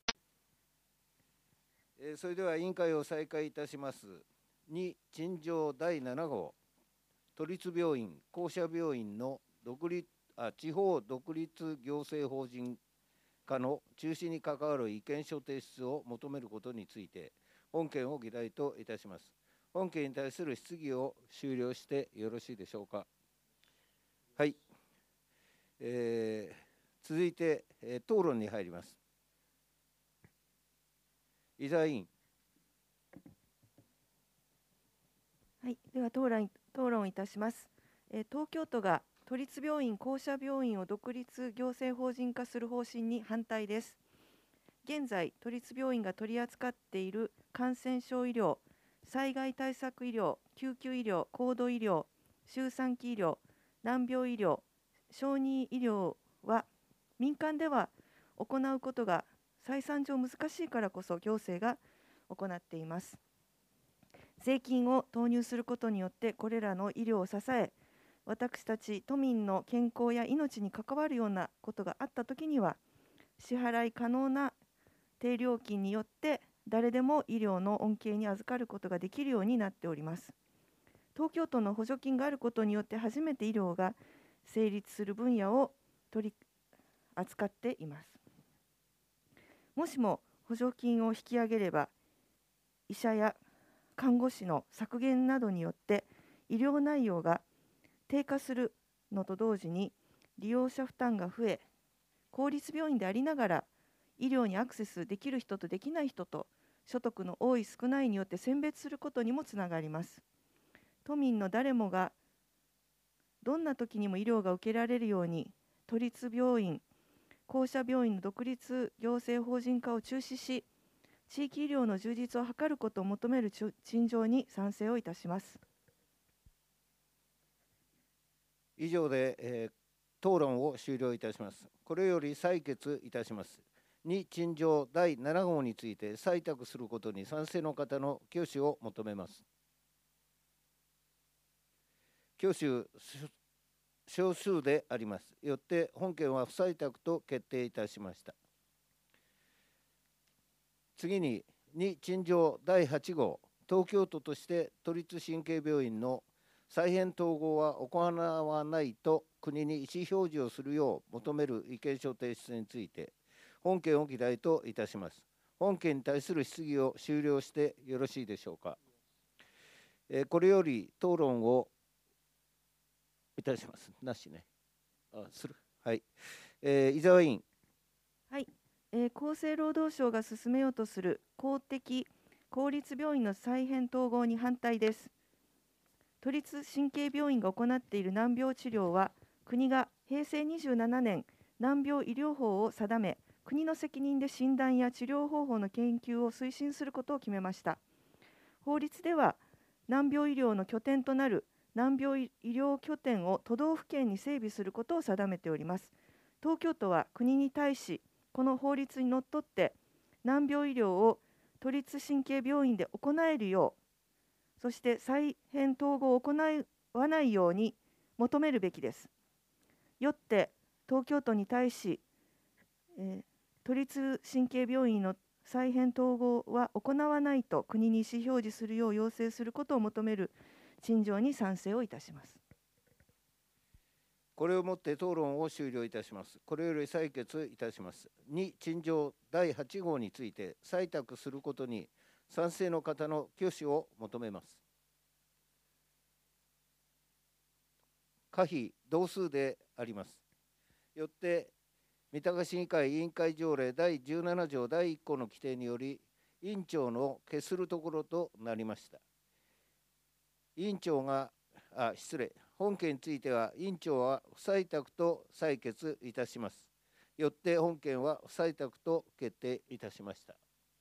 えー、それでは委員会を再開いたします。に、陳情だいなな号、都立病院、公社病院の独立あ地方独立行政法人かの中止に関わる意見書提出を求めることについて、本件を議題といたします。本件に対する質疑を終了してよろしいでしょうか。はい。えー、続いて、えー、討論に入ります。伊沢委員。 はい、では討論討論いたします。えー、東京都が都立病院、公社病院を独立行政法人化する方針に反対です。現在、都立病院が取り扱っている感染症医療、災害対策医療、救急医療、高度医療、周産期医療、難病医療、小児医療は民間では行うことが採算上難しいからこそ行政が行っています。税金を投入することによってこれらの医療を支え、私たち都民の健康や命に関わるようなことがあったときには、支払い可能な低料金によって誰でも医療の恩恵に預かることができるようになっております。東京都の補助金があることによって初めて医療が成立する分野を取り扱っています。もしも補助金を引き上げれば、医者や看護師の削減などによって医療内容が低下するのと同時に利用者負担が増え、公立病院でありながら医療にアクセスできる人とできない人と所得の多い少ないによって選別することにもつながります。都民の誰もがどんな時にも医療が受けられるように、都立病院、公社病院の独立行政法人化を中止し、地域医療の充実を図ることを求める陳情に賛成をいたします。 以上で、えー、討論を終了いたします。これより採決いたします。に陳情だいなな号について採択することに賛成の方の挙手を求めます。挙手少数であります。よって本件は不採択と決定いたしました。次にに陳情だいはち号、東京都として都立神経病院の再編統合は行わないと国に意思表示をするよう求める意見書提出について、本件を議題といたします。本件に対する質疑を終了してよろしいでしょうか。えー、これより討論をいたします。なしね。あ、する。はい。えー、伊沢委員。 はい。えー、厚生労働省が進めようとする公的公立病院の再編統合に反対です。都立神経病院が行っている難病治療は、国がへいせいにじゅうななねん難病医療法を定め、国の責任で診断や治療方法の研究を推進することを決めました。法律では、難病医療の拠点となる難病医療拠点を都道府県に整備することを定めております。東京都は国に対し、この法律にのっとって難病医療を都立神経病院で行えるよう、そして再編統合を行わないように求めるべきです。よって東京都に対し、えー、都立神経病院の再編統合は行わないと国に意思表示するよう要請することを求める陳情に賛成をいたします。 これをもって討論を終了いたします。これより採決いたします。に陳情だいはち号について採択することに賛成の方の挙手を求めます。可否同数であります。よって三鷹市議会委員会条例だいじゅうなな条だいいっ項の規定により委員長の決するところとなりました。委員長があ失礼本件については委員長は不採択と採決いたします。よって本件は不採択と決定いたしました。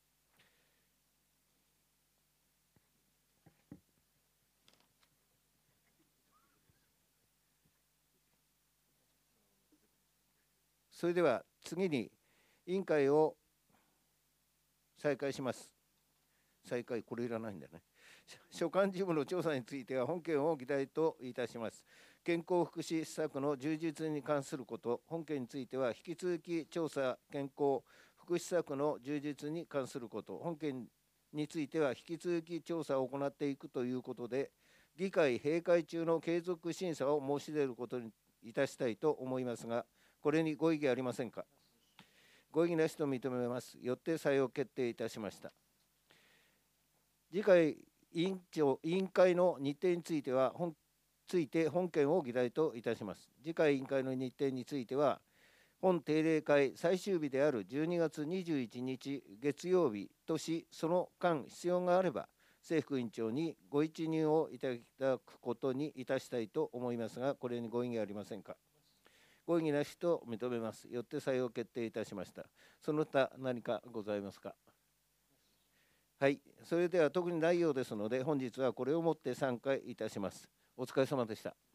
それでは次に委員会を再開します。再開、これいらないんだね。所管事務の調査については本件を議題といたします。健康福祉施策の充実に関すること、本件については引き続き調査健康福祉施策の充実に関すること、本件については引き続き調査を行っていくということで、議会閉会中の継続審査を申し出ることにいたしたいと思いますが、これにご異議ありませんか。 ご異議なしと認めます。よって採用決定いたしました。次回委員長委員会の日程については本ついて本件を議題といたします。次回委員会の日程については、本定例会最終日であるじゅうにがつにじゅういちにち月曜日とし、その間必要があれば、正副委員長にご一任をいただくことにいたしたいと思いますが、これにご異議ありませんか。ご異議なしと認めます。よって採用決定いたしました。その他何かございますか。はい、それでは特にないようですので、本日はこれをもって散会いたします。お疲れ様でした。